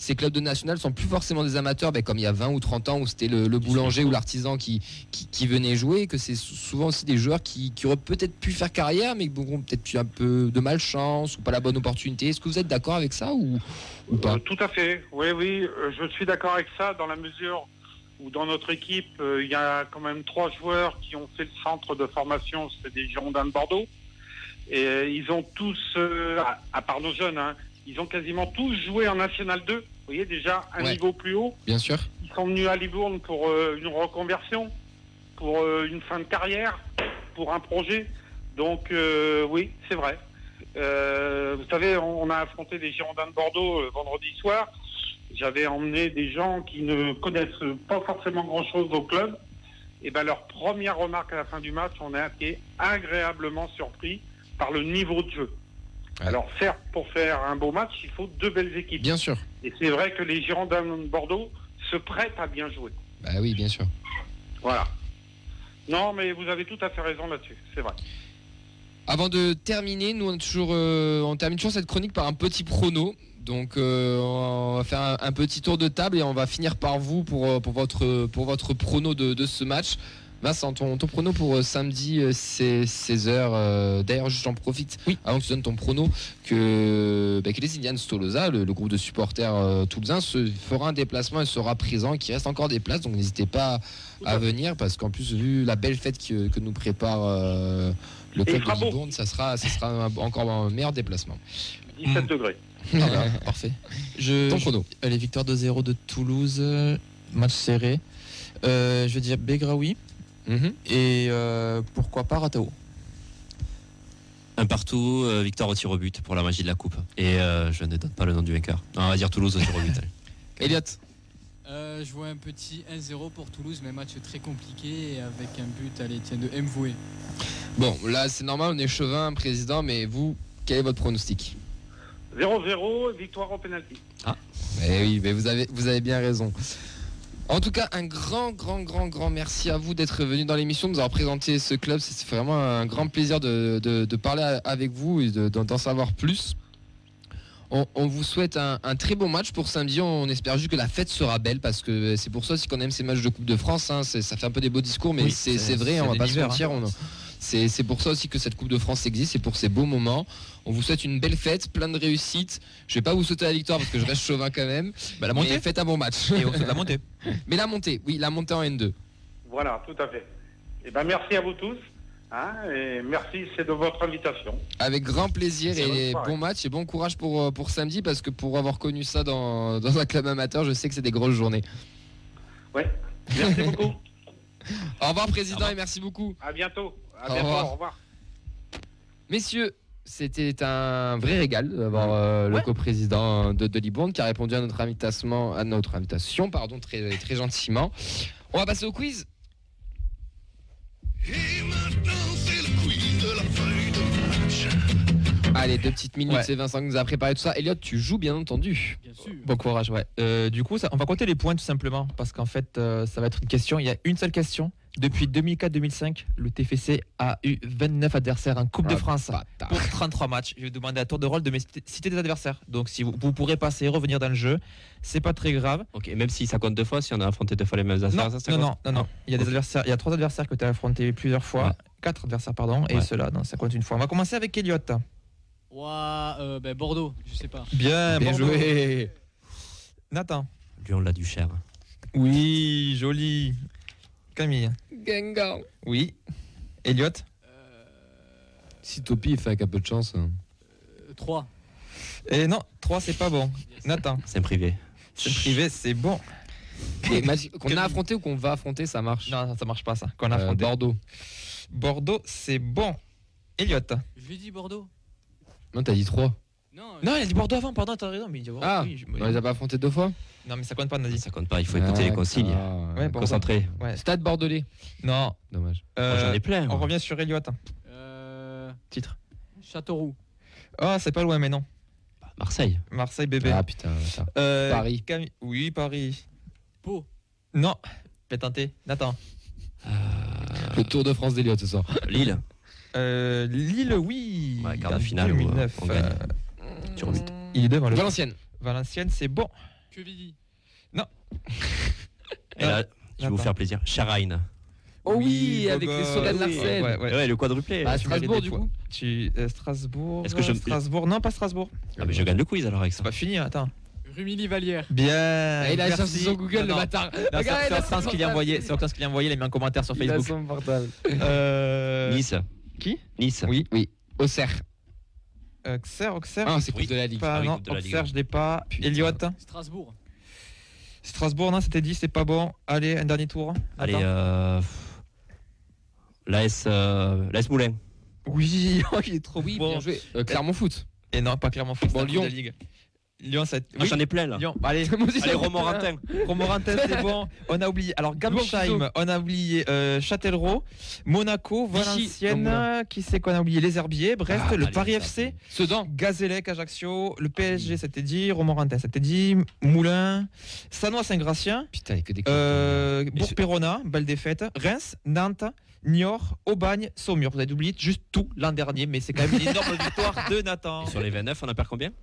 A: ces clubs de national sont plus forcément des amateurs, ben, comme il y a vingt ou trente ans où c'était le, le boulanger ou l'artisan qui, qui, qui venait jouer, que c'est souvent aussi des joueurs qui, qui auraient peut-être pu faire carrière, mais qui auront peut-être eu un peu de malchance ou pas la bonne opportunité. Est-ce que vous êtes d'accord avec ça ou, ou pas ?
J: Euh, tout à fait, oui, oui, euh, je suis d'accord avec ça dans la mesure où dans notre équipe, euh, il y a quand même trois joueurs qui ont fait le centre de formation, c'est des Girondins de Bordeaux. Et euh, ils ont tous, euh, à, à part nos jeunes, hein, ils ont quasiment tous joué en National deux. Vous voyez, déjà un
A: Ouais.
J: niveau plus haut.
A: Bien sûr.
J: Ils sont venus à Libourne pour euh, une reconversion, pour euh, une fin de carrière, pour un projet. Donc euh, oui, c'est vrai. Euh, vous savez, on, on a affronté des Girondins de Bordeaux euh, vendredi soir. J'avais emmené des gens qui ne connaissent pas forcément grand-chose au club. Et ben leur première remarque à la fin du match, on a été agréablement surpris par le niveau de jeu.
A: Ouais.
J: Alors certes, pour faire un beau match, il faut deux belles équipes.
A: Bien sûr.
J: Et c'est vrai que les Girondins de Bordeaux se prêtent à bien jouer.
A: Bah oui, bien sûr.
J: Voilà. Non, mais vous avez tout à fait raison là-dessus, c'est vrai.
A: Avant de terminer, nous on, a toujours, euh, on termine toujours cette chronique par un petit prono. Donc euh, on va faire un, un petit tour de table et on va finir par vous pour, pour, votre, pour votre prono de, de ce match. Vincent, ton, ton prono pour euh, samedi, euh, c'est seize heures. Euh, d'ailleurs, juste j'en profite, oui. avant que tu donnes ton prono, que, bah, que les Indians Tolosa, le, le groupe de supporters euh, toulousains, se fera un déplacement et sera présent, qu'il reste encore des places, donc n'hésitez pas à venir, parce qu'en plus, vu la belle fête que, que nous prépare euh, le club de Libourne, ça sera, ça sera un, encore un meilleur déplacement.
J: dix-sept degrés.
C: Voilà, parfait. Je,
A: Ton chrono.
C: Je, les victoires deux zéro de Toulouse, euh, match serré. Euh, je veux dire Begraoui.
A: Mm-hmm.
C: Et euh, pourquoi pas Ratao.
B: Un partout, euh, victoire au tir au but pour la magie de la coupe. Et euh, je ne donne pas le nom du vainqueur. Non, on va dire Toulouse au tir au but.
A: Elliot.
K: Euh, je vois un petit un zéro pour Toulouse, mais match très compliqué et avec un but à l'Étienne de Mvoué.
A: Bon, là c'est normal, on est Chauvin, président, mais vous, quel est votre pronostic ?
J: zéro zéro, victoire au pénalty.
A: Ah, mais oui, mais vous avez, vous avez bien raison. En tout cas, un grand, grand, grand, grand merci à vous d'être venu dans l'émission, de nous avoir présenté ce club. C'est vraiment un grand plaisir de, de, de parler avec vous et de, d'en savoir plus. On, on vous souhaite un, un très beau match pour samedi. On espère juste que la fête sera belle, parce que c'est pour ça aussi qu'on aime ces matchs de Coupe de France. Hein. C'est, ça fait un peu des beaux discours, mais oui, c'est, c'est, c'est vrai, on va pas se mentir. Hein. On, c'est, c'est pour ça aussi que cette Coupe de France existe, c'est pour ces beaux moments. On vous souhaite une belle fête, plein de réussites. Je vais pas vous souhaiter la victoire parce que je reste chauvin quand même.
C: Bah, la montée.
A: Faites un bon match.
C: Et on souhaite la montée.
A: Mais la montée, oui, la montée en N deux.
J: Voilà, tout à fait. Et ben merci à vous tous. Hein, et merci, c'est de votre invitation.
A: Avec grand plaisir et bon match et bon courage pour, pour samedi, parce que pour avoir connu ça dans, dans un club amateur, je sais que c'est des grosses journées.
J: Ouais, merci beaucoup.
A: Au revoir président, au revoir. Et merci beaucoup.
J: À bientôt. À
A: au
J: bientôt,
A: revoir.
J: Au revoir.
A: Messieurs, c'était un vrai régal d'avoir euh, le ouais. coprésident de, de Libourne qui a répondu à notre invitation, à notre invitation pardon, très, très gentiment. On va passer au quiz. Et maintenant, c'est le quiz de la feuille de match. Allez, deux petites minutes, ouais. C'est Vincent qui nous a préparé tout ça. Elliot, tu joues bien entendu.
K: Bien sûr.
C: Bon courage, ouais. Euh, du coup, ça, on va compter les points tout simplement, parce qu'en fait, euh, ça va être une question. Il y a une seule question. Depuis deux mille quatre deux mille cinq, le T F C a eu vingt-neuf adversaires en Coupe ah, de France bâtard. Pour trente-trois matchs. Je vais vous demander à tour de rôle de me citer des adversaires. Donc si vous, vous pourrez passer et revenir dans le jeu, c'est pas très grave.
B: Ok, même si ça compte deux fois, si on a affronté deux fois les mêmes adversaires.
C: Non,
B: ça, ça
C: non,
B: compte
C: non, non, non. Il y a des adversaires, il y a trois adversaires que tu as affrontés plusieurs fois, ouais. quatre adversaires pardon, et ouais. ceux-là, non, ça compte une fois. On va commencer avec Elliot.
K: Ouah, euh, ben Bordeaux, je sais pas.
C: Bien,
A: bien
C: Bordeaux.
A: joué.
C: Nathan.
B: Lyon l'a du cher.
C: Oui, joli. Camille.
A: Gengar.
C: Oui. Elliot.
A: Euh... Si Topi il fait avec un peu de chance. Hein.
K: Euh, trois.
C: Et non, trois c'est pas bon. Yes. Nathan.
B: C'est privé.
C: C'est privé, c'est bon.
A: Qu'on a affronté ou qu'on va affronter, ça marche.
C: Non, ça marche pas ça. Qu'on a affronté.
A: Euh, Bordeaux.
C: Bordeaux, c'est bon. Elliot.
K: Je lui ai dit Bordeaux.
A: Non, t'as dit trois.
K: Non,
C: non, il a dit Bordeaux avant, pardon, t'as raison. Mais il dit, oh,
A: ah,
C: oui, je...
A: on les a pas affrontés deux fois.
C: Non, mais ça compte pas, Nazi.
B: Ça compte pas, il faut écouter ah, les consignes.
A: Ah,
B: ouais, concentré.
A: Ouais. Stade bordelais.
C: Non.
A: Dommage.
C: Euh,
B: oh, j'en ai plein.
C: On revient sur Elliot.
K: Euh...
C: Titre.
K: Châteauroux.
C: Oh, c'est pas loin, mais non.
B: Marseille.
C: Marseille, bébé.
A: Ah putain.
C: Euh,
A: Paris.
C: Cam... Oui, Paris.
K: Pau.
C: Non. Fais tenter. Nathan.
A: Euh... Le Tour de France d'Elliot ce soir.
B: Lille.
C: Euh, Lille, oui.
B: Ouais, quart de finale.
C: deux mille neuf.
B: On gagne.
C: Euh... Il est devant le.
A: Valenciennes.
C: Valenciennes, c'est bon.
K: Quevilly.
C: Non.
B: Et là, je vais vous faire plaisir. Sharain.
A: Oh oui,
C: Oui,
A: avec
C: beau
A: les
C: gosse.
A: Solène
C: Oui,
A: Larsen.
C: ouais, ouais.
B: Ouais, le quadruplé.
A: À
C: Tu mérites
A: Strasbourg,
C: des
A: du
C: points.
A: coup.
C: Tu, euh, Strasbourg.
B: Est-ce que je-
C: Strasbourg. Non, pas Strasbourg.
B: Ah, mais je gagne le quiz alors avec
C: C'est
B: ça.
C: pas fini, attends.
K: Rumilly Vallière.
C: Bien.
A: Et il a
C: merci.
A: cherché sur Google,
C: Non,
A: le
C: non.
A: bâtard.
C: Non,
A: Regarde,
C: c'est-
A: il a
C: c'est
A: son
C: Hortense qui l'a
A: portable.
C: envoyé. C'est Hortense qui l'a envoyé. Il a mis un commentaire sur
A: Il a
C: Facebook.
A: son portable.
C: Euh,
B: Nice.
C: Qui
B: Nice.
A: Oui, oui. Auxerre.
C: euh, Auxerre, Auxerre.
A: Ah, c'est Coupe
B: Oui.
A: de la Ligue.
C: Pas,
B: Ah oui,
C: non,
B: Coupe de la Ligue.
C: Auxerre, je l'ai pas.
A: Putain.
C: Elliott.
K: Strasbourg.
C: Strasbourg, non, c'était dit, c'est pas bon. Allez, un dernier tour.
B: Allez,
C: Attends.
B: euh... l'A S euh... l'A S Moulin.
C: Oui, oh, il est trop
A: Oui,
C: bon.
A: bien joué. Euh, Clermont Foot.
C: Et non, pas clairement foot.
A: Bon,
C: c'est la
A: Lyon.
C: Coupe de la Ligue. Lyon, ça.
B: Ah, j'en ai plein là.
C: Lyon. Allez,
A: Moi aussi,
B: Allez,
A: j'en ai
B: Romorantin.
C: Romorantin, c'est bon. On a oublié. Alors, Gamsheim, on a oublié euh, Châtellerault, Monaco,
A: Vichy,
C: Valenciennes.
A: Moulin.
C: Qui c'est qu'on a oublié? Les Herbiers, Brest,
B: Ah,
C: le
B: allez,
C: Paris
B: ça,
C: F C,
A: Sedan.
C: Gazélec, Ajaccio, le P S G, c'était dit. Romorantin, c'était dit. Moulin, Sanois, Saint-Gratien,
A: Putain, il y a que des
C: euh,
B: Mais
C: Bourg-Perona, belle défaite. Reims, Nantes, Niort, Aubagne, Saumur. Vous avez oublié juste tout l'an dernier, mais c'est quand même une énorme victoire de Nathan.
B: Et sur les vingt-neuf, on en perd combien?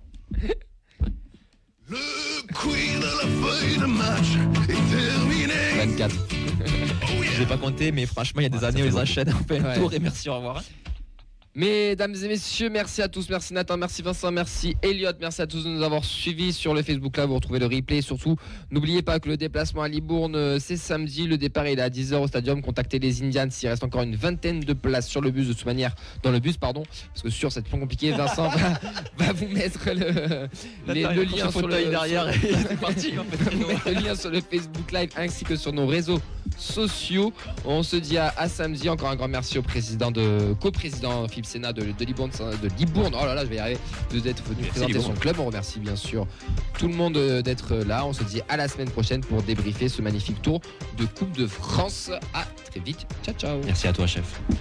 G: Le quiz de la feuille de match est terminé.
A: vingt-quatre.
C: Je l'ai pas compté, mais franchement, il y a des
B: Ouais, ça
C: années,
B: fait
C: on les
B: beaucoup.
C: enchaîne. On fait un
A: Ouais.
C: tour et merci, au revoir.
A: Mesdames et messieurs, merci à tous, merci Nathan, merci Vincent, merci Elliot, merci à tous de nous avoir suivis sur le Facebook Live, vous retrouvez le replay. Surtout, n'oubliez pas que le déplacement à Libourne, euh, c'est samedi, le départ il est à dix heures au stadium. Contactez les Indians, il reste encore une vingtaine de places sur le bus, de toute manière, dans le bus, pardon, parce que sûr, c'est plus compliqué. Vincent va, va vous mettre le, les- le lien sur le
C: derrière et c'est parti. En fait.
A: vous mettre le lien sur le Facebook Live ainsi que sur nos réseaux sociaux. On se dit à, à samedi. Encore un grand merci au président de co-président Philippe Sénat de, de Libourne, de Libourne. Oh là là, je vais y arriver. De d'être venu
B: Merci,
A: présenter
B: Libourne.
A: son club. On remercie bien sûr tout le monde euh, d'être là. On se dit à la semaine prochaine pour débriefer ce magnifique tour de Coupe de France. À très vite. Ciao ciao.
B: Merci à toi, chef.